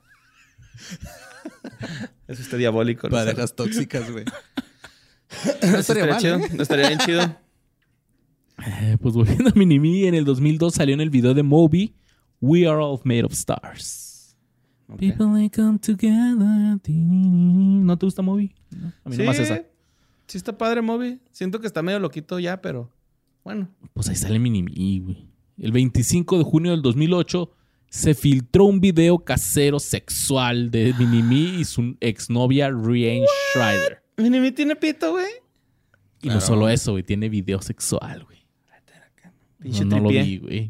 Eso está diabólico. ¿no? Parejas tóxicas, güey. No estaría mal, chido. ¿eh? No estaría bien chido. Pues volviendo a Mini-Me, en el 2002 salió en el video de Moby, We Are All Made of Stars. Ok. People they come together. ¿No te gusta Moby? No, a mí Sí, nomás esa. sí está padre, Moby. Siento que está medio loquito ya, pero bueno. Pues ahí sale Mini-Me, güey. El 25 de junio del 2008 se filtró un video casero sexual de Mini-Me y su exnovia Rianne Schreider. Mini tiene pito, güey. Y Claro. no solo eso, güey. Tiene video sexual, güey. Pinche No lo tripié. vi, güey.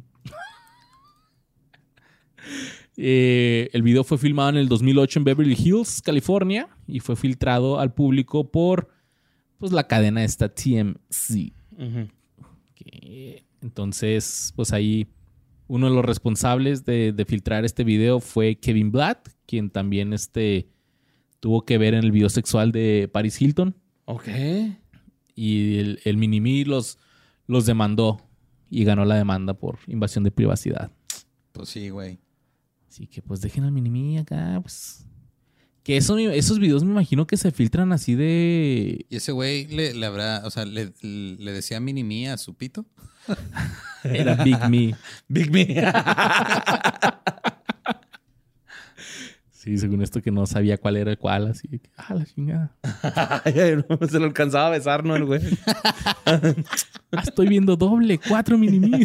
El video fue filmado en el 2008 en Beverly Hills, California, y fue filtrado al público por pues, la cadena esta TMZ. Ujú. Entonces, pues ahí uno de los responsables de filtrar este video fue Kevin Blatt, quien también tuvo que ver en el video sexual de Paris Hilton. Ok. Y el Mini-Me los demandó y ganó la demanda por invasión de privacidad. Pues sí, güey. Así que pues dejen al Mini-Me acá, pues... Que esos videos me imagino que se filtran así de... Y ese güey le habrá, o sea, le decía Mini-Me a su pito. Era Big Me. Big Me. Sí, según esto que no sabía cuál era el cual, así que, la chingada. Se lo alcanzaba a besar, ¿no, el güey? Estoy viendo doble, 4 mini-me.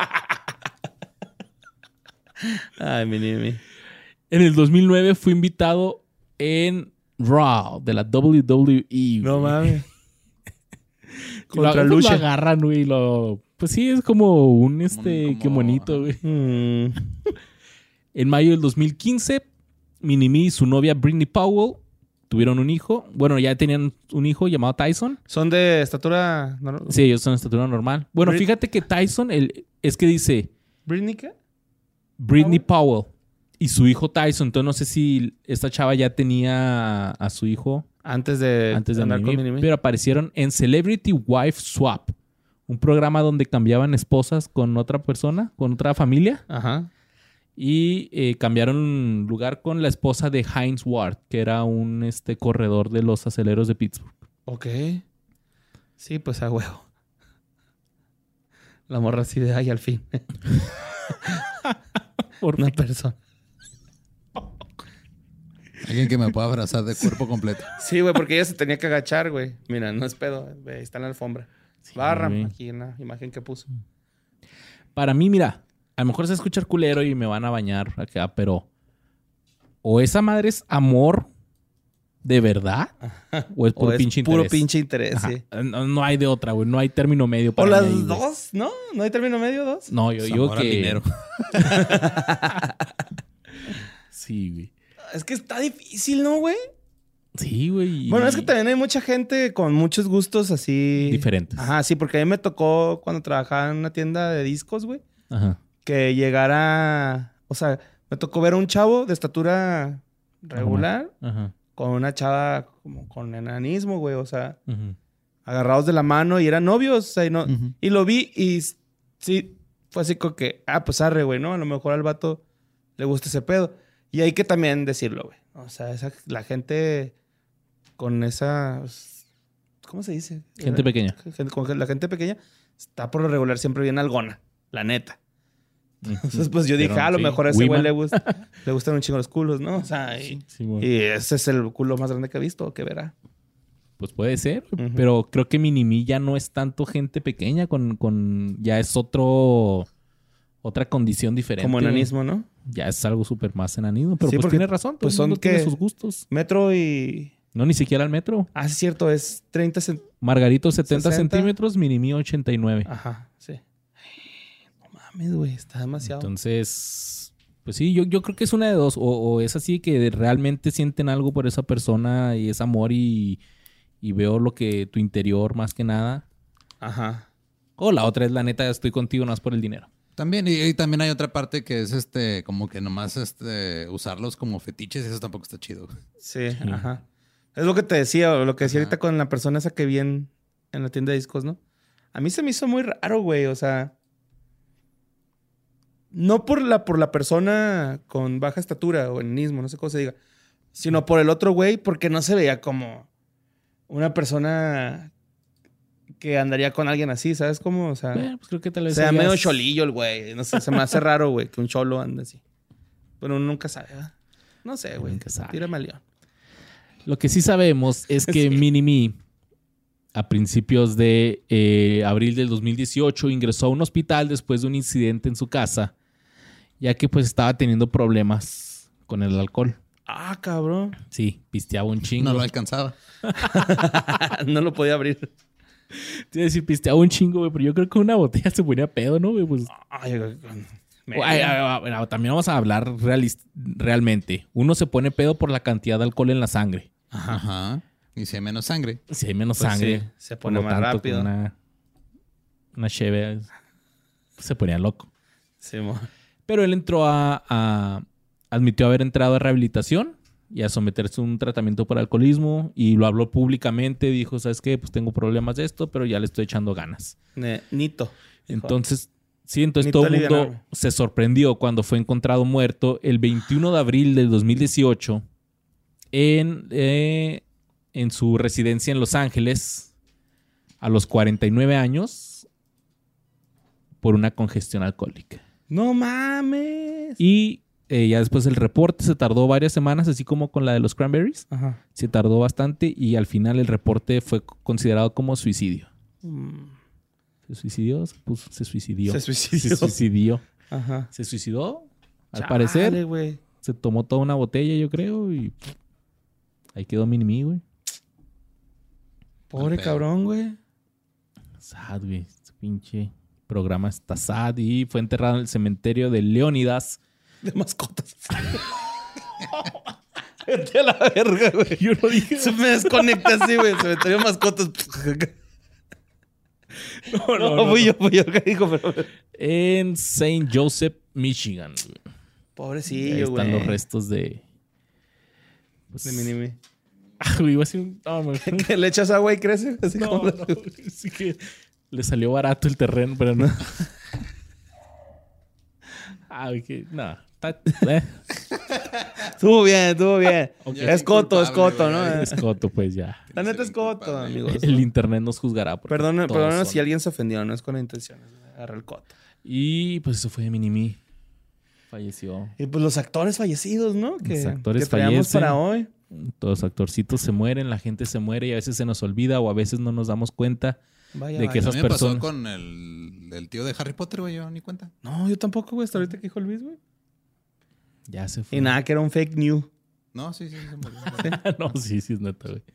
Ay, mini-me. En el 2009 fue invitado en Raw de la WWE. No mames. Contra Lucha. Lo agarran, güey. Pues sí, es como un qué bonito, güey. En mayo del 2015, Mini-Me y su novia Brittany Powell tuvieron un hijo. Bueno, ya tenían un hijo llamado Tyson. ¿Son de estatura normal? Sí, ellos son de estatura normal. Bueno, fíjate que Tyson, es que dice... ¿Britney qué? Brittany Powell y su hijo Tyson. Entonces no sé si esta chava ya tenía a su hijo antes de andar con Mini-Me, pero aparecieron en Celebrity Wife Swap, un programa donde cambiaban esposas con otra persona, con otra familia. Ajá. Y cambiaron lugar con la esposa de Hines Ward, que era un corredor de los Aceleros de Pittsburgh. Ok. Sí, pues a huevo. La morra así de ay al fin. Por una persona. Alguien que me pueda abrazar de cuerpo completo. Sí, güey, porque ella se tenía que agachar, güey. Mira, no es pedo. Ahí está en la alfombra. Sí, barra, aquí en la imagen que puso. Para mí, mira, a lo mejor se escucha culero y me van a bañar acá, pero o esa madre es amor de verdad o es puro pinche interés. Puro pinche interés, sí. No hay de otra, güey. No hay término medio para o las ahí, dos, ¿no? ¿No hay término medio dos? No, yo digo que... dinero. Sí, güey. Es que está difícil, ¿no, güey? Sí, güey. Bueno, es que también hay mucha gente con muchos gustos así... diferentes. Ajá, sí, porque a mí me tocó cuando trabajaba en una tienda de discos, güey. Ajá. Que llegara... O sea, me tocó ver a un chavo de estatura regular Ajá. con una chava como con enanismo, güey. O sea, agarrados de la mano y eran novios. O sea, y lo vi y sí, fue así como que... pues arre, güey, ¿no? A lo mejor al vato le gusta ese pedo. Y hay que también decirlo, güey. O sea, la gente con esa... ¿Cómo se dice? Gente pequeña. La gente pequeña está por lo regular siempre bien algona. La neta. Entonces, pues yo dije, a lo mejor a ese güey le gustan un chingo los culos, ¿no? O sea, y ese es el culo más grande que he visto, que verá. Pues puede ser, pero creo que Mini-Me ya no es tanto gente pequeña, ya es otra condición diferente. Como enanismo, ¿no? Ya es algo súper más enanismo, pero sí, pues tiene razón. Pues son tiene sus gustos. Metro y... No, ni siquiera el metro. Ah, es cierto, es 30 centímetros. Margarito 70 centímetros, Mini-Me 89. Ajá, sí. No mames, güey, está demasiado. Entonces, pues sí, yo creo que es una de dos. O es así que realmente sienten algo por esa persona y es amor y veo lo que tu interior más que nada. Ajá. O la otra es la neta, estoy contigo más por el dinero. También, y también hay otra parte que es como que nomás usarlos como fetiches y eso tampoco está chido. Sí, ajá. Es lo que te decía, o lo que decía ahorita con la persona esa que vi en la tienda de discos, ¿no? A mí se me hizo muy raro, güey. O sea, no por la persona con baja estatura o enanismo, no sé cómo se diga, sino por el otro güey, porque no se veía como una persona que andaría con alguien así, ¿sabes cómo? O sea, pues creo que tal vez sea medio cholillo el güey. No sé, se me hace raro, güey, que un cholo ande así. Pero uno nunca sabe, ¿verdad? No sé, güey. Tírame al león. Lo que sí sabemos es que Mini-Me, a principios de abril del 2018, ingresó a un hospital después de un incidente en su casa, ya que pues estaba teniendo problemas con el alcohol. Ah, cabrón. Sí, pisteaba un chingo. No lo alcanzaba. No lo podía abrir. Te iba a decir, pisteaba un chingo, güey, pero yo creo que una botella se ponía pedo, ¿no, güey? Pues... también vamos a hablar realmente. Uno se pone pedo por la cantidad de alcohol en la sangre. Ajá. Y si hay menos sangre. Si hay menos sangre. Sí, se pone más rápido. Una cheve se ponía loco. Sí, pero él entró admitió haber entrado a rehabilitación y a someterse a un tratamiento por alcoholismo y lo habló públicamente. Dijo, ¿sabes qué? Pues tengo problemas de esto, pero ya le estoy echando ganas. Nito. Entonces todo el mundo se sorprendió cuando fue encontrado muerto el 21 de abril del 2018 en su residencia en Los Ángeles a los 49 años por una congestión alcohólica. ¡No mames! Y ya después el reporte se tardó varias semanas, así como con la de los Cranberries. Ajá. Se tardó bastante y al final el reporte fue considerado como suicidio. ¿Se suicidió? Se suicidió. Se suicidió. Se suicidió. Ajá. Se suicidó, al Chale, parecer. güey. Se tomó toda una botella, yo creo, y ahí quedó Mini-Me, güey. Pobre cabrón, güey. Sad, güey. Este pinche programa está sad y fue enterrado en el cementerio de Leónidas. De mascotas. Vete a la verga, güey. Yo no dije. Se me desconecta así, güey. Cementerio de mascotas. No, fui yo que dijo, pero... En St. Joseph, Michigan. Güey. Pobrecillo, Ahí güey. están los restos de... Pues, De Mini-Me. güey, iba a ser un... No, me... Que le echas agua y crece. Así no, como no. Sí que le salió barato el terreno, pero no. Que... No. Estuvo bien, estuvo bien. Okay. Es coto, ¿no? Es coto, pues ya. La neta es coto, amigos. El internet nos juzgará. Perdón si alguien se ofendió, no es con la intención. Agarra el coto. Y pues eso fue de Mini-Me. Falleció. Y pues los actores fallecidos, ¿no? Los actores que traíamos fallecen. para hoy. Todos los actorcitos se mueren, la gente se muere y a veces se nos olvida o a veces no nos damos cuenta Vaya, de que vaya. esas A mí me personas... pasó con el tío de Harry Potter, güey, yo ni cuenta. No, yo tampoco, güey. Hasta ahorita que dijo Luis, güey. Ya se fue. Y nada, que era un fake news. No, sí, se murió. No, sí, es neta, güey.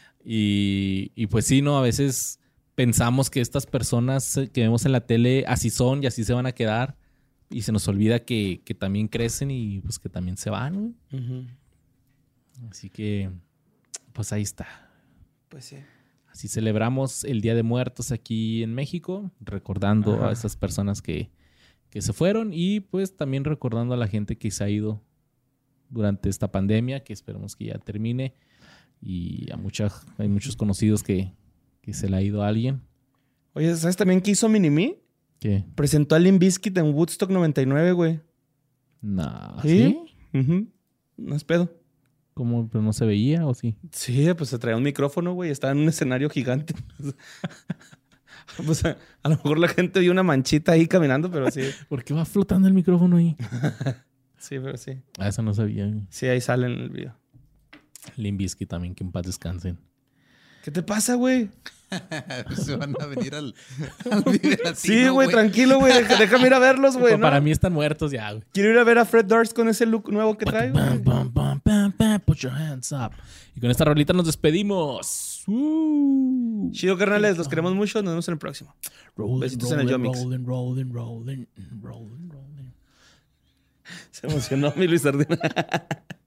Y pues sí, ¿no? A veces pensamos que estas personas que vemos en la tele así son y así se van a quedar. Y se nos olvida que también crecen y pues que también se van, güey. Uh-huh. Así que, pues ahí está. Pues sí. Así celebramos el Día de Muertos aquí en México, recordando Ajá. a esas personas que se fueron y pues también recordando a la gente que se ha ido durante esta pandemia, que esperemos que ya termine. Y hay muchos conocidos que se le ha ido a alguien. Oye, ¿sabes también qué hizo Mini-Me? ¿Qué? Presentó a Limp Bizkit en Woodstock 99, güey. Nah, ¿Sí? ¿sí? Uh-huh. No es pedo. ¿Cómo? ¿Pero no se veía o sí? Sí, pues se traía un micrófono, güey. Estaba en un escenario gigante. Pues a lo mejor la gente vio una manchita ahí caminando, pero sí. ¿Por qué va flotando el micrófono ahí? Sí, pero sí. Eso no sabía. Sí, ahí sale en el video. Limp Bizkit también, que en paz descansen. ¿Qué te pasa, güey? Se van a venir al video latino, Sí, güey, tranquilo, güey. Déjame ir a verlos, güey. ¿no? Para mí están muertos ya, güey. Quiero ir a ver a Fred Durst con ese look nuevo que trae, güey. Bam, bam, bam, bam, bam, put your hands up. Y con esta rolita nos despedimos. Chido, carnales. Los queremos mucho. Nos vemos en el próximo. Besitos en el Yomix. Rolling. Se emocionó mi Luis Sardina.